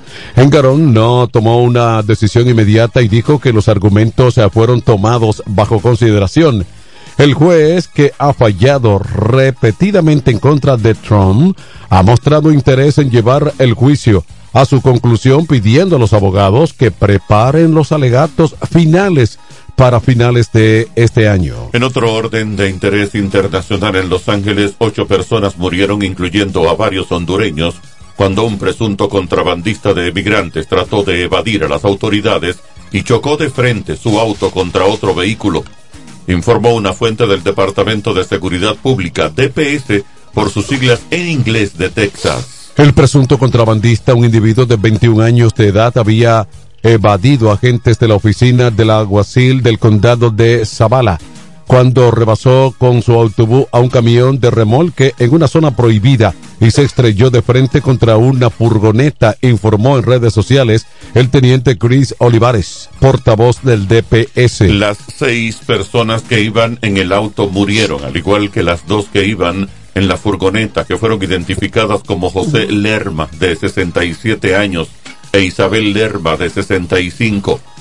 Engoron no tomó una decisión inmediata y dijo que los argumentos fueron tomados bajo consideración. El juez, que ha fallado repetidamente en contra de Trump, ha mostrado interés en llevar el juicio a su conclusión, pidiendo a los abogados que preparen los alegatos finales para finales de este año. En otro orden de interés internacional, en Los Ángeles, ocho personas murieron, incluyendo a varios hondureños, cuando un presunto contrabandista de emigrantes trató de evadir a las autoridades y chocó de frente su auto contra otro vehículo, informó una fuente del Departamento de Seguridad Pública, D P S, por sus siglas en inglés, de Texas. El presunto contrabandista, un individuo de veintiún años de edad, había evadido agentes de la oficina del alguacil del condado de Zavala cuando rebasó con su autobús a un camión de remolque en una zona prohibida y se estrelló de frente contra una furgoneta, informó en redes sociales el teniente Chris Olivares, portavoz del D P S. Las seis personas que iban en el auto murieron, al igual que las dos que iban en la furgoneta, que fueron identificadas como José Lerma, de sesenta y siete años, e Isabel Lerma, de sesenta y cinco.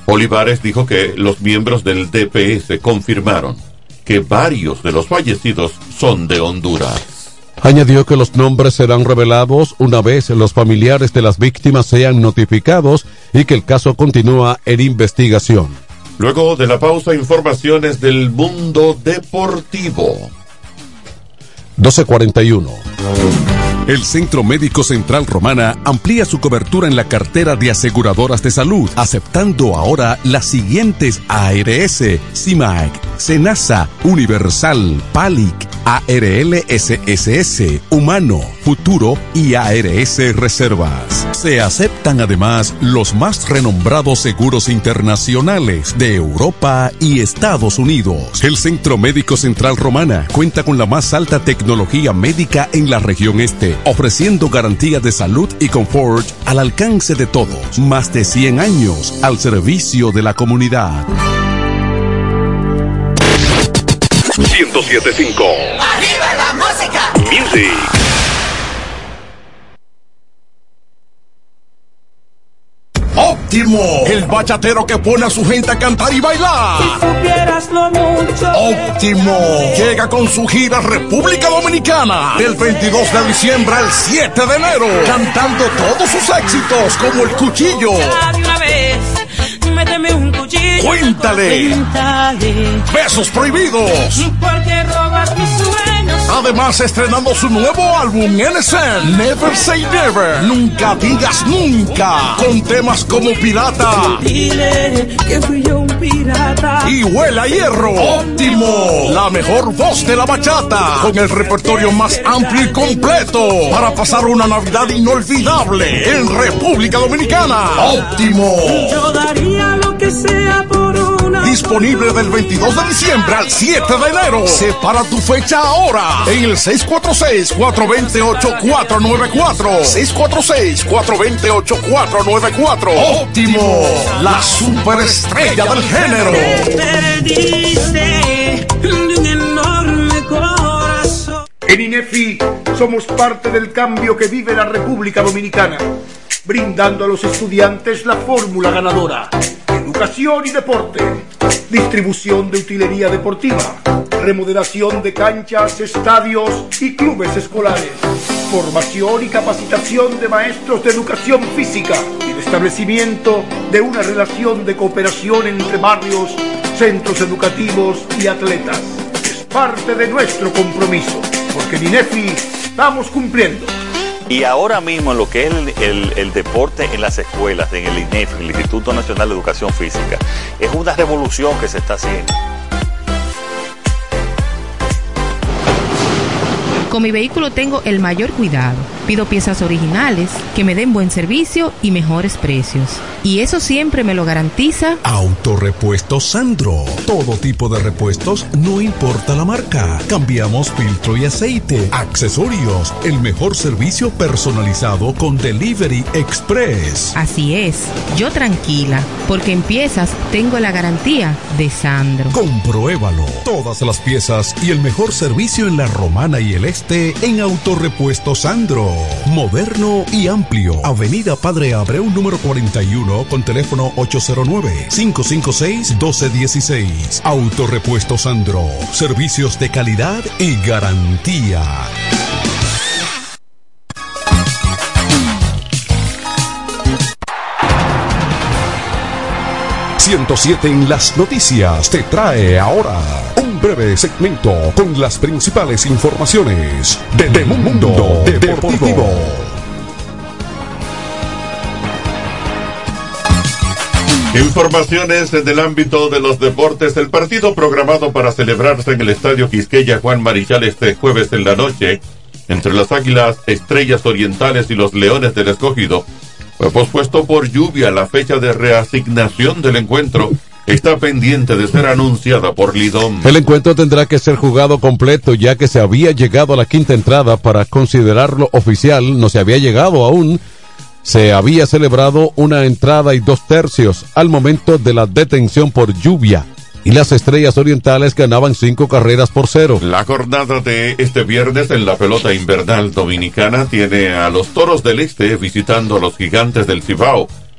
Olivares dijo que los miembros del D P S confirmaron que varios de los fallecidos son de Honduras. Añadió que los nombres serán revelados una vez los familiares de las víctimas sean notificados y que el caso continúa en investigación. Luego de la pausa, informaciones del mundo deportivo. doce cuarenta y uno. El Centro Médico Central Romana amplía su cobertura en la cartera de aseguradoras de salud, aceptando ahora las siguientes A R S, CIMAC, SENASA, Universal, PALIC, A R L S S S, Humano, Futuro y A R S Reservas. Se aceptan además los más renombrados seguros internacionales de Europa y Estados Unidos. El Centro Médico Central Romana cuenta con la más alta tecnología médica en la región este, ofreciendo garantía de salud y confort al alcance de todos. Más de cien años al servicio de la comunidad. ciento siete punto cinco. ¡Arriba la música! Music. Óptimo, el bachatero que pone a su gente a cantar y bailar. Si supieras lo mucho. Óptimo, llega con su gira República Dominicana del veintidós de diciembre al siete de enero, cantando todos sus éxitos como El Cuchillo. Ya de una vez, méteme un cuchillo. Cuéntale. Cuéntale. Besos Prohibidos. Porque robas mis sueños. Además, estrenando su nuevo álbum N S N, Never Say Never, Nunca Digas Nunca, con temas como Pirata. Dile que fui yo un pirata. Y Huele a Hierro. Óptimo, la mejor voz de la bachata, con el repertorio más amplio y completo para pasar una Navidad inolvidable en República Dominicana. Óptimo. Yo daría lo que sea por una. Disponible del veintidós de diciembre al siete de enero. Separa tu fecha ahora en el seis cuatro seis, cuatro dos ocho, cuatro nueve cuatro. seis cuatro seis, cuatro dos ocho, cuatro nueve cuatro. Óptimo, la superestrella del género. Perdiste de un enorme corazón. En INEFI somos parte del cambio que vive la República Dominicana, brindando a los estudiantes la fórmula ganadora: educación y deporte, distribución de utilería deportiva, remodelación de canchas, estadios y clubes escolares, formación y capacitación de maestros de educación física y el establecimiento de una relación de cooperación entre barrios, centros educativos y atletas. Es parte de nuestro compromiso, porque en INEFI estamos cumpliendo. Y ahora mismo en lo que es el, el, el deporte en las escuelas, en el INEFI, el Instituto Nacional de Educación Física, es una revolución que se está haciendo. Con mi vehículo tengo el mayor cuidado. Pido piezas originales, que me den buen servicio y mejores precios. Y eso siempre me lo garantiza Autorepuestos Sandro. Todo tipo de repuestos, no importa la marca. Cambiamos filtro y aceite, accesorios, el mejor servicio personalizado con Delivery Express. Así es, yo tranquila, porque en piezas tengo la garantía de Sandro. Compruébalo. Todas las piezas y el mejor servicio en la Romana y el Este en Autorepuestos Sandro. Moderno y amplio. Avenida Padre Abreu número cuarenta y uno con teléfono ocho cero nueve, cinco cinco seis, uno dos uno seis. Autorepuestos Sandro. Servicios de calidad y garantía. ciento siete en las noticias te trae ahora un breve segmento con las principales informaciones de, de Mundo Deportivo. Informaciones en el ámbito de los deportes. El partido programado para celebrarse en el Estadio Quisqueya Juan Marichal este jueves en la noche entre las Águilas Estrellas Orientales y los Leones del Escogido fue pospuesto por lluvia. La fecha de reasignación del encuentro está pendiente de ser anunciada por Lidom. El encuentro tendrá que ser jugado completo, ya que se había llegado a la quinta entrada para considerarlo oficial. No se había llegado aún. Se había celebrado una entrada y dos tercios al momento de la detención por lluvia, y las Estrellas Orientales ganaban cinco carreras por cero. La jornada de este viernes en la pelota invernal dominicana tiene a los Toros del Este visitando a los Gigantes del Cibao.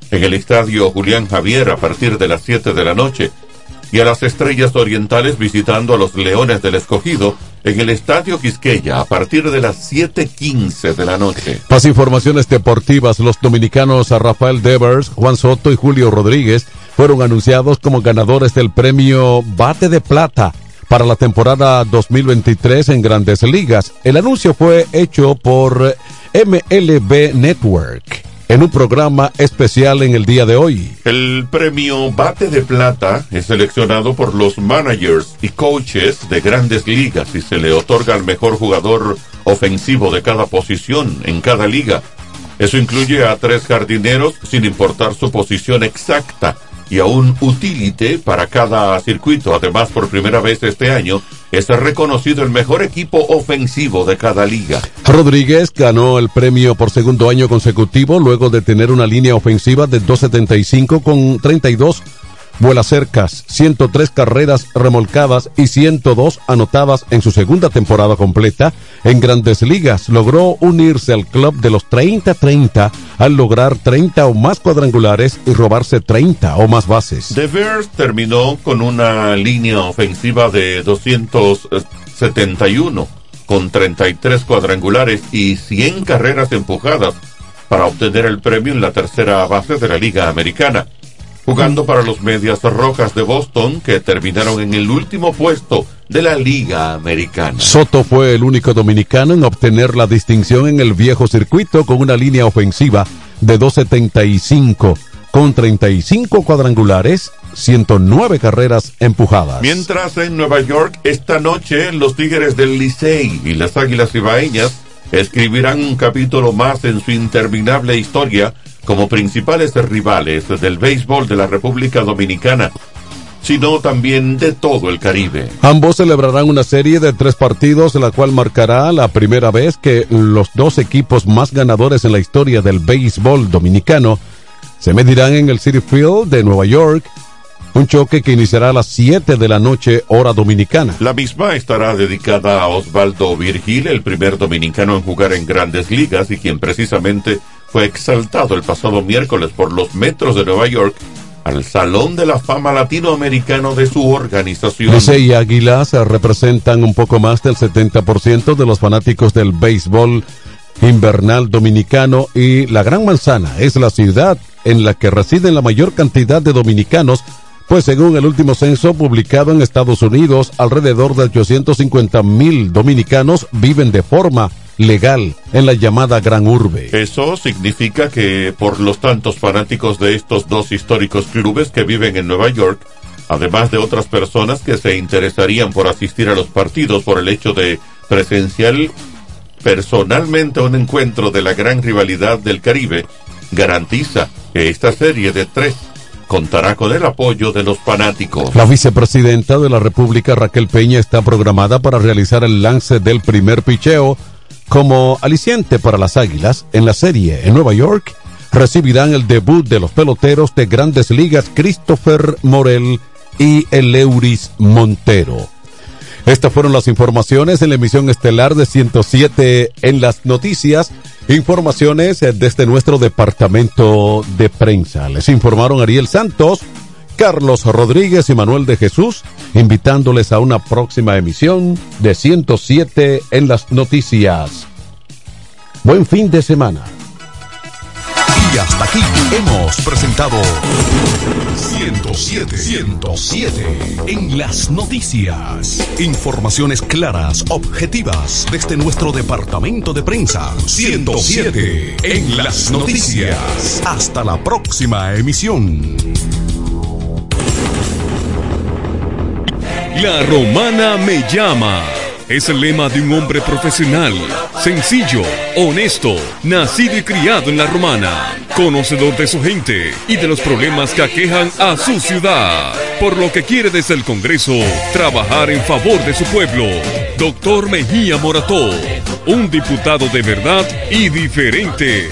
en el estadio Julián Javier a partir de las siete de la noche, y a las Estrellas Orientales visitando a los Leones del Escogido en el estadio Quisqueya a partir de las siete quince de la noche. Más informaciones deportivas. Los dominicanos a Rafael Devers, Juan Soto y Julio Rodríguez fueron anunciados como ganadores del premio Bate de Plata para la temporada dos mil veintitrés en Grandes Ligas. El anuncio fue hecho por M L B Network en un programa especial en el día de hoy. El premio Bate de Plata es seleccionado por los managers y coaches de Grandes Ligas y se le otorga al mejor jugador ofensivo de cada posición en cada liga. Eso incluye a tres jardineros sin importar su posición exacta y a un utility para cada circuito. Además, por primera vez este año, es reconocido el mejor equipo ofensivo de cada liga. Rodríguez ganó el premio por segundo año consecutivo luego de tener una línea ofensiva de dos setenta y cinco con treinta y dos vuelas cercas, ciento tres carreras remolcadas y ciento dos anotadas en su segunda temporada completa en Grandes Ligas. Logró unirse al club de los treinta treinta al lograr treinta o más cuadrangulares y robarse treinta o más bases. Devers terminó con una línea ofensiva de doscientos setenta y uno con treinta y tres cuadrangulares y cien carreras empujadas para obtener el premio en la tercera base de la Liga Americana, jugando para los Medias Rojas de Boston, que terminaron en el último puesto de la Liga Americana. Soto fue el único dominicano en obtener la distinción en el viejo circuito con una línea ofensiva de dos setenta y cinco con treinta y cinco cuadrangulares, ciento nueve carreras empujadas. Mientras en Nueva York, esta noche, los Tigres del Licey y las Águilas Ibaeñas escribirán un capítulo más en su interminable historia como principales rivales del béisbol de la República Dominicana, sino también de todo el Caribe. Ambos celebrarán una serie de tres partidos, la cual marcará la primera vez que los dos equipos más ganadores en la historia del béisbol dominicano se medirán en el Citi Field de Nueva York, un choque que iniciará a las siete de la noche, hora dominicana. La misma estará dedicada a Osvaldo Virgil, el primer dominicano en jugar en Grandes Ligas y quien precisamente fue exaltado el pasado miércoles por los Metros de Nueva York al Salón de la Fama Latinoamericano de su organización. Licey y Águilas representan un poco más del setenta por ciento de los fanáticos del béisbol invernal dominicano y la Gran Manzana es la ciudad en la que residen la mayor cantidad de dominicanos, pues según el último censo publicado en Estados Unidos, alrededor de ochocientos cincuenta mil dominicanos viven de forma legal en la llamada Gran Urbe. Eso significa que por los tantos fanáticos de estos dos históricos clubes que viven en Nueva York, además de otras personas que se interesarían por asistir a los partidos por el hecho de presenciar personalmente un encuentro de la gran rivalidad del Caribe, garantiza que esta serie de tres contará con el apoyo de los fanáticos. La vicepresidenta de la República, Raquel Peña, está programada para realizar el lance del primer picheo como aliciente para las Águilas en la serie. En Nueva York recibirán el debut de los peloteros de Grandes Ligas Christopher Morel y Eleuris Montero. Estas fueron las informaciones en la emisión estelar de ciento siete en las noticias. Informaciones desde nuestro departamento de prensa. Les informaron Ariel Santos, Carlos Rodríguez y Manuel de Jesús, invitándoles a una próxima emisión de ciento siete en las noticias. Buen fin de semana. Y hasta aquí hemos presentado ciento siete, ciento siete en las noticias. Informaciones claras, objetivas desde nuestro departamento de prensa. ciento siete en las noticias. Hasta la próxima emisión. La Romana me llama. Es el lema de un hombre profesional, sencillo, honesto, nacido y criado en La Romana, conocedor de su gente y de los problemas que aquejan a su ciudad, por lo que quiere desde el Congreso trabajar en favor de su pueblo. Doctor Mejía Morató, un diputado de verdad y diferente.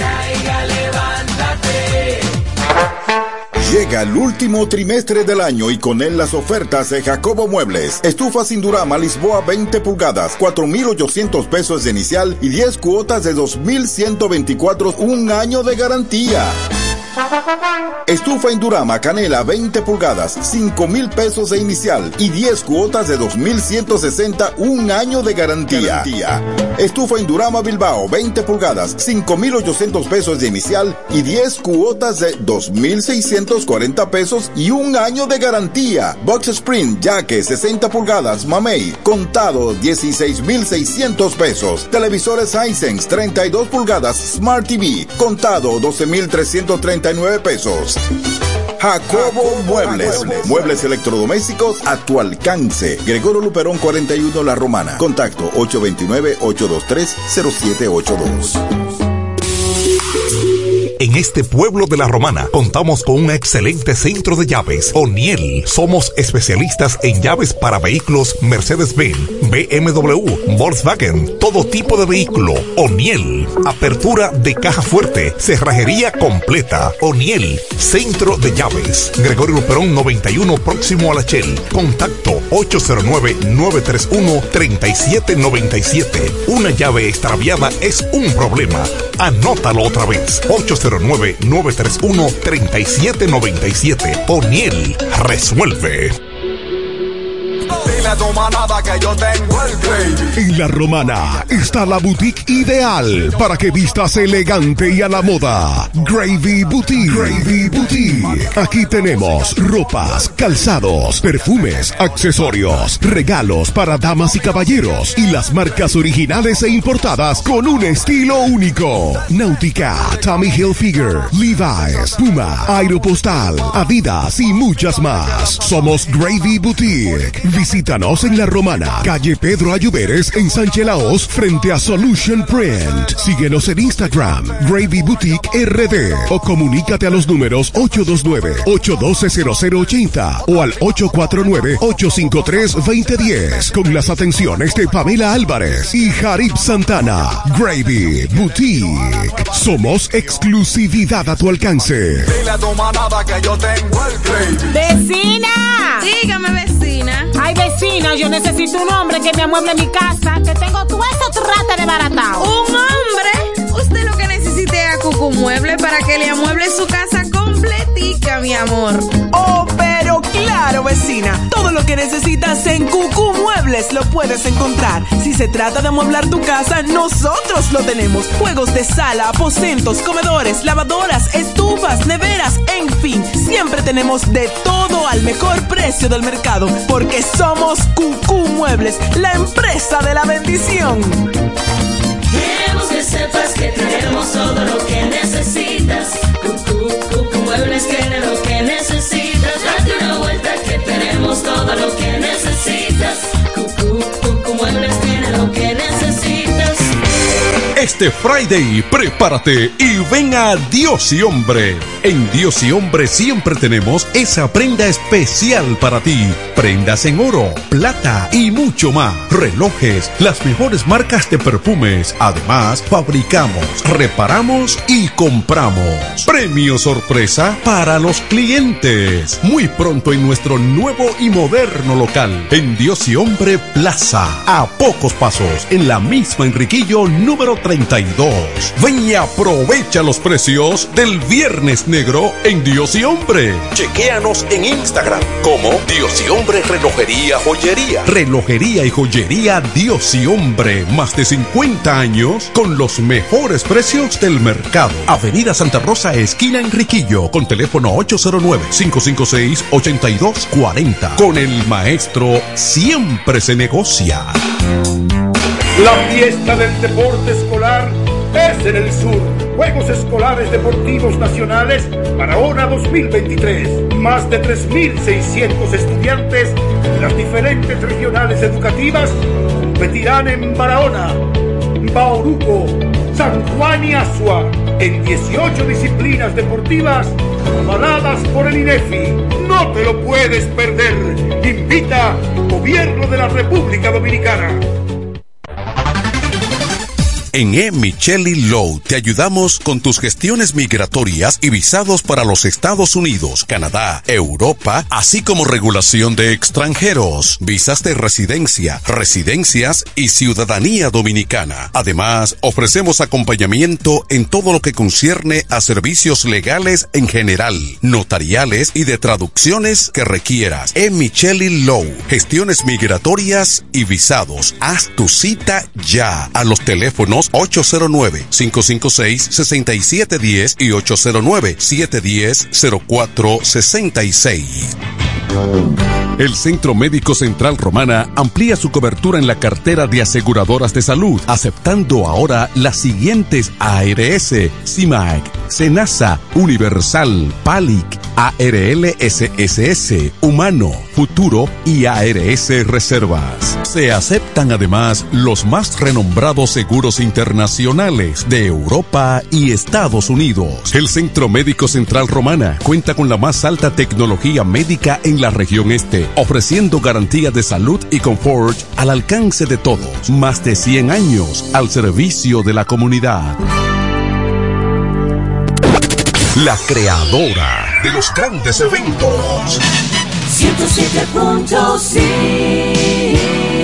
Llega el último trimestre del año y con él las ofertas de Jacobo Muebles. Estufa sin Durama Lisboa veinte pulgadas, cuatro mil ochocientos pesos de inicial y diez cuotas de dos mil ciento veinticuatro, un año de garantía. Estufa Indurama Canela veinte pulgadas, cinco mil pesos de inicial y diez cuotas de dos mil ciento sesenta, un año de garantía. garantía. Estufa Indurama Bilbao veinte pulgadas, cinco mil ochocientos pesos de inicial y diez cuotas de dos mil seiscientos cuarenta pesos y un año de garantía. Box Spring Yaque sesenta pulgadas, Mamey, contado dieciséis mil seiscientos pesos. Televisores Hisense treinta y dos pulgadas, Smart T V, contado doce mil trescientos treinta y nueve pesos. Jacobo Muebles. Muebles electrodomésticos a tu alcance. Gregorio Luperón cuarenta y uno La Romana. Contacto ocho dos nueve, ocho dos tres, cero siete ocho dos. En este pueblo de La Romana contamos con un excelente centro de llaves, O'Neill. Somos especialistas en llaves para vehículos Mercedes-Benz, B M W, Volkswagen, todo tipo de vehículo. O'Neill. Apertura de caja fuerte, cerrajería completa. O'Neill. Centro de llaves. Gregorio Luperón noventa y uno, próximo a la Shell. Contacto ocho cero nueve, nueve tres uno, tres siete nueve siete. Una llave extraviada es un problema. Anótalo otra vez. ocho cero nueve, nueve tres uno, tres siete nueve siete. O'Neill resuelve. Dile a tu manada que yo tengo el Gravy. En La Romana está la boutique ideal para que vistas elegante y a la moda. Gravy Boutique. Gravy Boutique. Aquí tenemos ropas, calzados, perfumes, accesorios, regalos para damas y caballeros y las marcas originales e importadas con un estilo único. Náutica, Tommy Hilfiger, Levi's, Puma, Aeropostal, Adidas y muchas más. Somos Gravy Boutique. Visítanos en La Romana, calle Pedro Ayuberes, en Sánchez Laos, frente a Solution Print. Síguenos en Instagram, Gravy Boutique R D, o comunícate a los números ocho dos nueve, ocho uno dos, cero cero ocho cero o al ocho cuatro nueve, ocho cinco tres, dos cero uno cero, con las atenciones de Pamela Álvarez y Jarib Santana. Gravy Boutique. Somos exclusividad a tu alcance. Dile a tu manada que yo tengo el Gravy. ¡Vecina! Dígame, vecina. Ay, vecina, yo necesito un hombre que me amueble mi casa, que tengo todo eso trate de baratao. ¿Un hombre? Usted lo que necesite es a Cucu Mueble para que le amueble su casa completica, mi amor. Oh, pero claro, vecina. Todo lo que necesitas en Cucu Muebles lo puedes encontrar. Si se trata de amueblar tu casa, nosotros lo tenemos. Juegos de sala, aposentos, comedores, lavadoras, estufas, neveras, en fin. Siempre tenemos de todo al mejor precio del mercado, porque somos Cucu Muebles, la empresa de la bendición. Queremos que sepas que tenemos todo lo que necesitas. Cucu, Cucu Muebles tiene lo que necesitas. Date una vuelta que tenemos todo lo que necesitas. Cucu, Cucu Muebles tiene lo que necesitas. Este Friday, prepárate y ven a Dios y Hombre. En Dios y Hombre siempre tenemos esa prenda especial para ti. Prendas en oro, plata y mucho más. Relojes, las mejores marcas de perfumes. Además, fabricamos, reparamos y compramos. Premio sorpresa para los clientes. Muy pronto en nuestro nuevo y moderno local. En Dios y Hombre Plaza. A pocos pasos, en la misma Enriquillo número treinta y dos. Ven y aprovecha los precios del Viernes Negro en Dios y Hombre. Chequéanos en Instagram como Dios y Hombre Relojería Joyería. Relojería y joyería Dios y Hombre. Más de cincuenta años con los mejores precios del mercado. Avenida Santa Rosa, esquina Enriquillo, con teléfono ocho cero nueve, cinco cinco seis, ocho dos cuatro cero. Con el maestro siempre se negocia. La fiesta del deporte escolar es en el sur. Juegos Escolares Deportivos Nacionales Barahona dos mil veintitrés. Más de tres mil seiscientos estudiantes de las diferentes regionales educativas competirán en Barahona, Bauruco, San Juan y Azua en dieciocho disciplinas deportivas avaladas por el INEFI. No te lo puedes perder. Invita Gobierno de la República Dominicana. En E. Micheli Law te ayudamos con tus gestiones migratorias y visados para los Estados Unidos, Canadá, Europa, así como regulación de extranjeros, visas de residencia, residencias y ciudadanía dominicana. Además, ofrecemos acompañamiento en todo lo que concierne a servicios legales en general, notariales y de traducciones que requieras. E. Micheli Law, gestiones migratorias y visados. Haz tu cita ya a los teléfonos ocho cero nueve, cinco cinco seis, seis siete uno cero y ocho cero nueve, siete uno cero, cero cuatro seis seis. El Centro Médico Central Romana amplía su cobertura en la cartera de aseguradoras de salud, aceptando ahora las siguientes A R S, CIMAC, SENASA, Universal, PALIC, A R L S S S, Humano, Futuro y A R S Reservas. Se aceptan además los más renombrados seguros internacionales de Europa y Estados Unidos. El Centro Médico Central Romana cuenta con la más alta tecnología médica en la región este, ofreciendo garantía de salud y confort al alcance de todos. Más de cien años al servicio de la comunidad. La creadora de los grandes eventos. ciento siete punto cinco.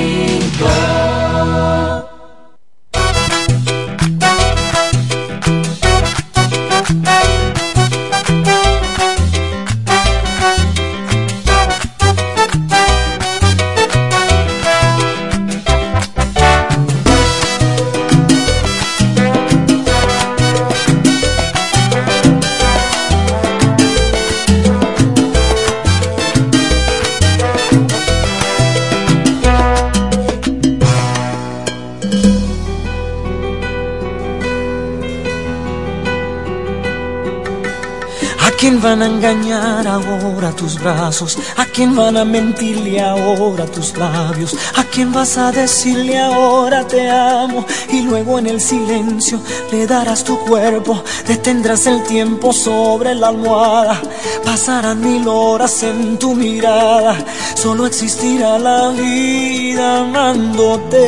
¿A quién van a engañar ahora tus brazos? ¿A quién van a mentirle ahora tus labios? ¿A quién vas a decirle ahora te amo? Y luego en el silencio le darás tu cuerpo, detendrás el tiempo sobre la almohada. Pasarán mil horas en tu mirada, solo existirá la vida amándote.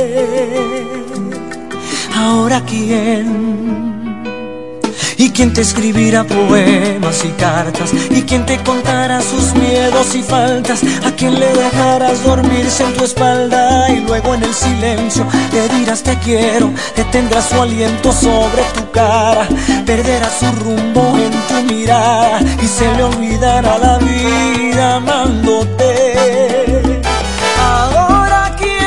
Ahora quién... ¿Y quién te escribirá poemas y cartas? ¿Y quién te contará sus miedos y faltas? ¿A quién le dejarás dormirse en tu espalda? Y luego en el silencio le dirás te quiero, detendrás su aliento sobre tu cara, perderás su rumbo en tu mirada y se le olvidará la vida amándote. Ahora quién,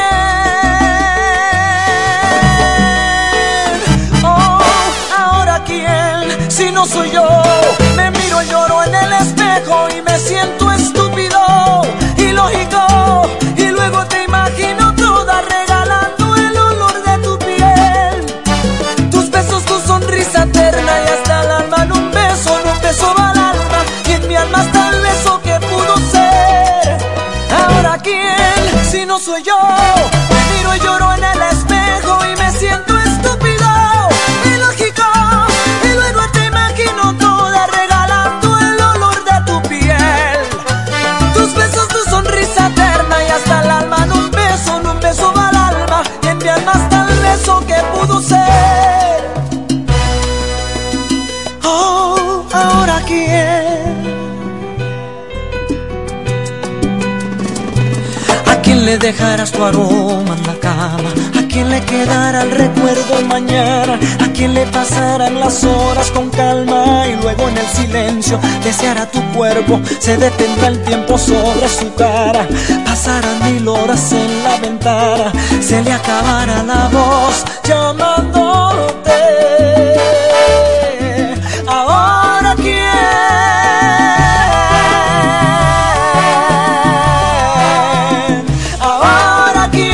oh, ahora quién. Si no soy yo, me miro, lloro en el espejo y me siento estúpido, ilógico. Y luego te imagino toda regalando el olor de tu piel, tus besos, tu sonrisa eterna y hasta el alma en un beso, en un beso va al alma y en mi alma está el beso que pudo ser. Ahora quién, si no soy yo, me miro y lloro en el espejo y me siento estúpido, ilógico. Toda regalando el olor de tu piel, tus besos, tu sonrisa eterna y hasta el alma en un beso, en un beso va al alma y en mi alma está el beso que pudo ser. Oh, ahora quién, ¿a quién le dejarás tu aroma en la cama? ¿A quién le quedará el recuerdo mañana? ¿A quién le pasarán las horas con calma? Y luego en el silencio deseará tu cuerpo, se detendrá el tiempo sobre su cara. Pasarán mil horas en la ventana, se le acabará la voz llamándote. Ahora quién, ahora quién.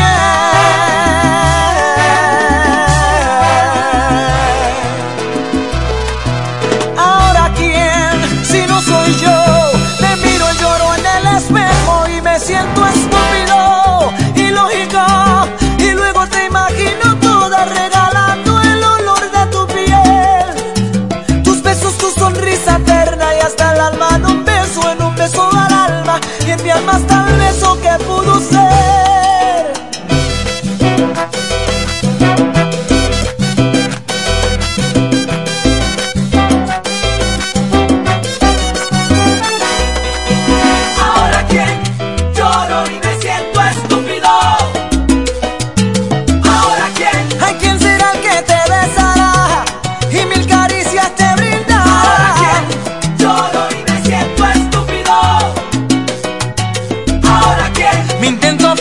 Siento estúpido, ilógico, y luego te imagino toda regalando el olor de tu piel, tus besos, tu sonrisa eterna y hasta el alma en un beso, en un beso al alma y en mi alma hasta el beso que pudo ser.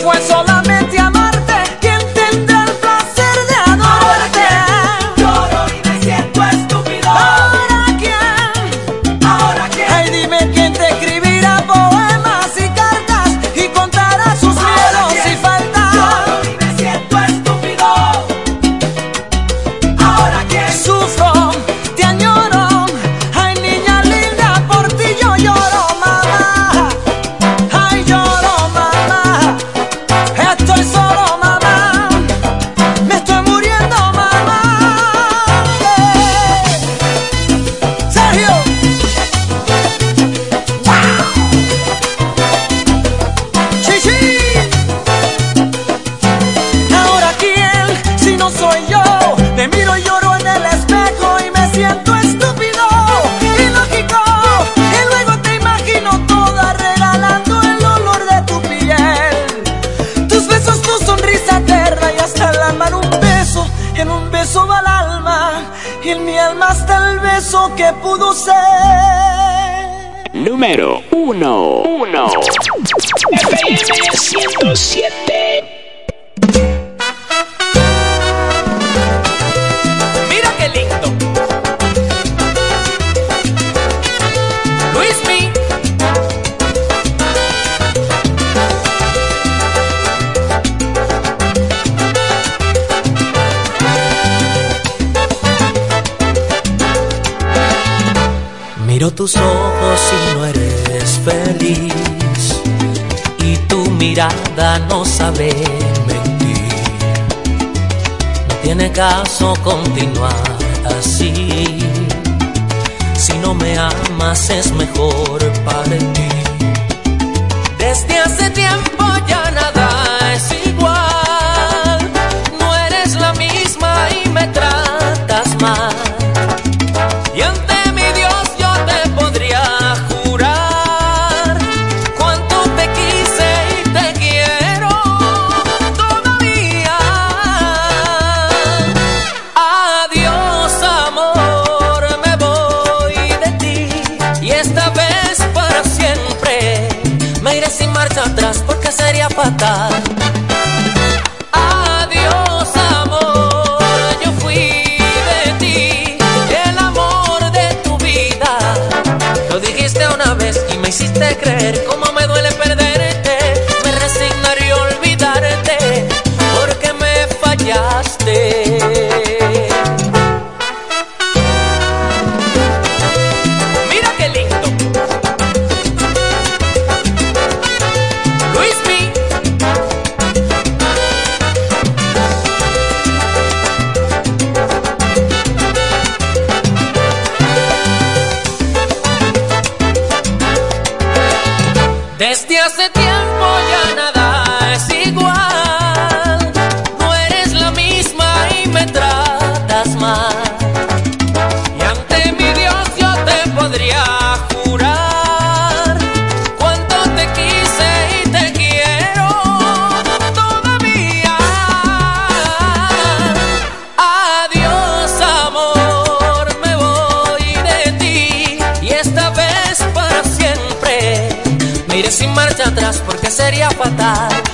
fue solamente amarte quien tendrá el placer de adorarte. Lloro y me siento estúpido. ¿Ahora quién? ¿Ahora quién? Ay, dime quién te escribirá poemas y cartas y contará sus miedos y faltas. Lloro y me siento estúpido. ¿Ahora quién? Sufro, te añoro. Ay, niña linda, por ti yo lloro, mamá. Ay, lloro, mamá. Estoy solo, mamá. Me estoy muriendo, mamá. Sergio. Chichi. Ahora quién, si no soy yo, me miro y lloro en el espejo y me siento estúpido, ilógico, y luego te imagino toda regalando el olor de tu piel, tus besos, tu sonrisa eterna y hasta el alma en un beso, en un beso va el alma y en mi alma hasta el beso que pudo ser. Número uno. Uno. F M ciento siete. Mira qué lindo. Luismi. Miro tus ojos y no eres feliz, y tu mirada no sabe mentir. No tiene caso continuar así. Si no me amas es mejor para ti. Desde hace tiempo ya nada es igual. No eres la misma y me tratas mal. Y ante mi Dios yo te podría jurar cuánto te quise y te quiero todavía. Adiós, amor, me voy de ti, y esta vez para siempre me iré sin marcha atrás porque sería fatal. Adiós, amor, yo fui de ti, el amor de tu vida. Lo dijiste una vez y me hiciste creer cómo me duele perderte. Me resignaré a olvidarte porque me fallaste. Mira qué lindo. Luismi. Desde hace tiempo ya nada es igual. No eres la misma y me tratas mal. Y ante mi Dios yo te podría jurar cuánto te quise y te quiero todavía. Adiós, amor, me voy de ti, y esta vez para siempre me iré sin marcha atrás porque sería fatal.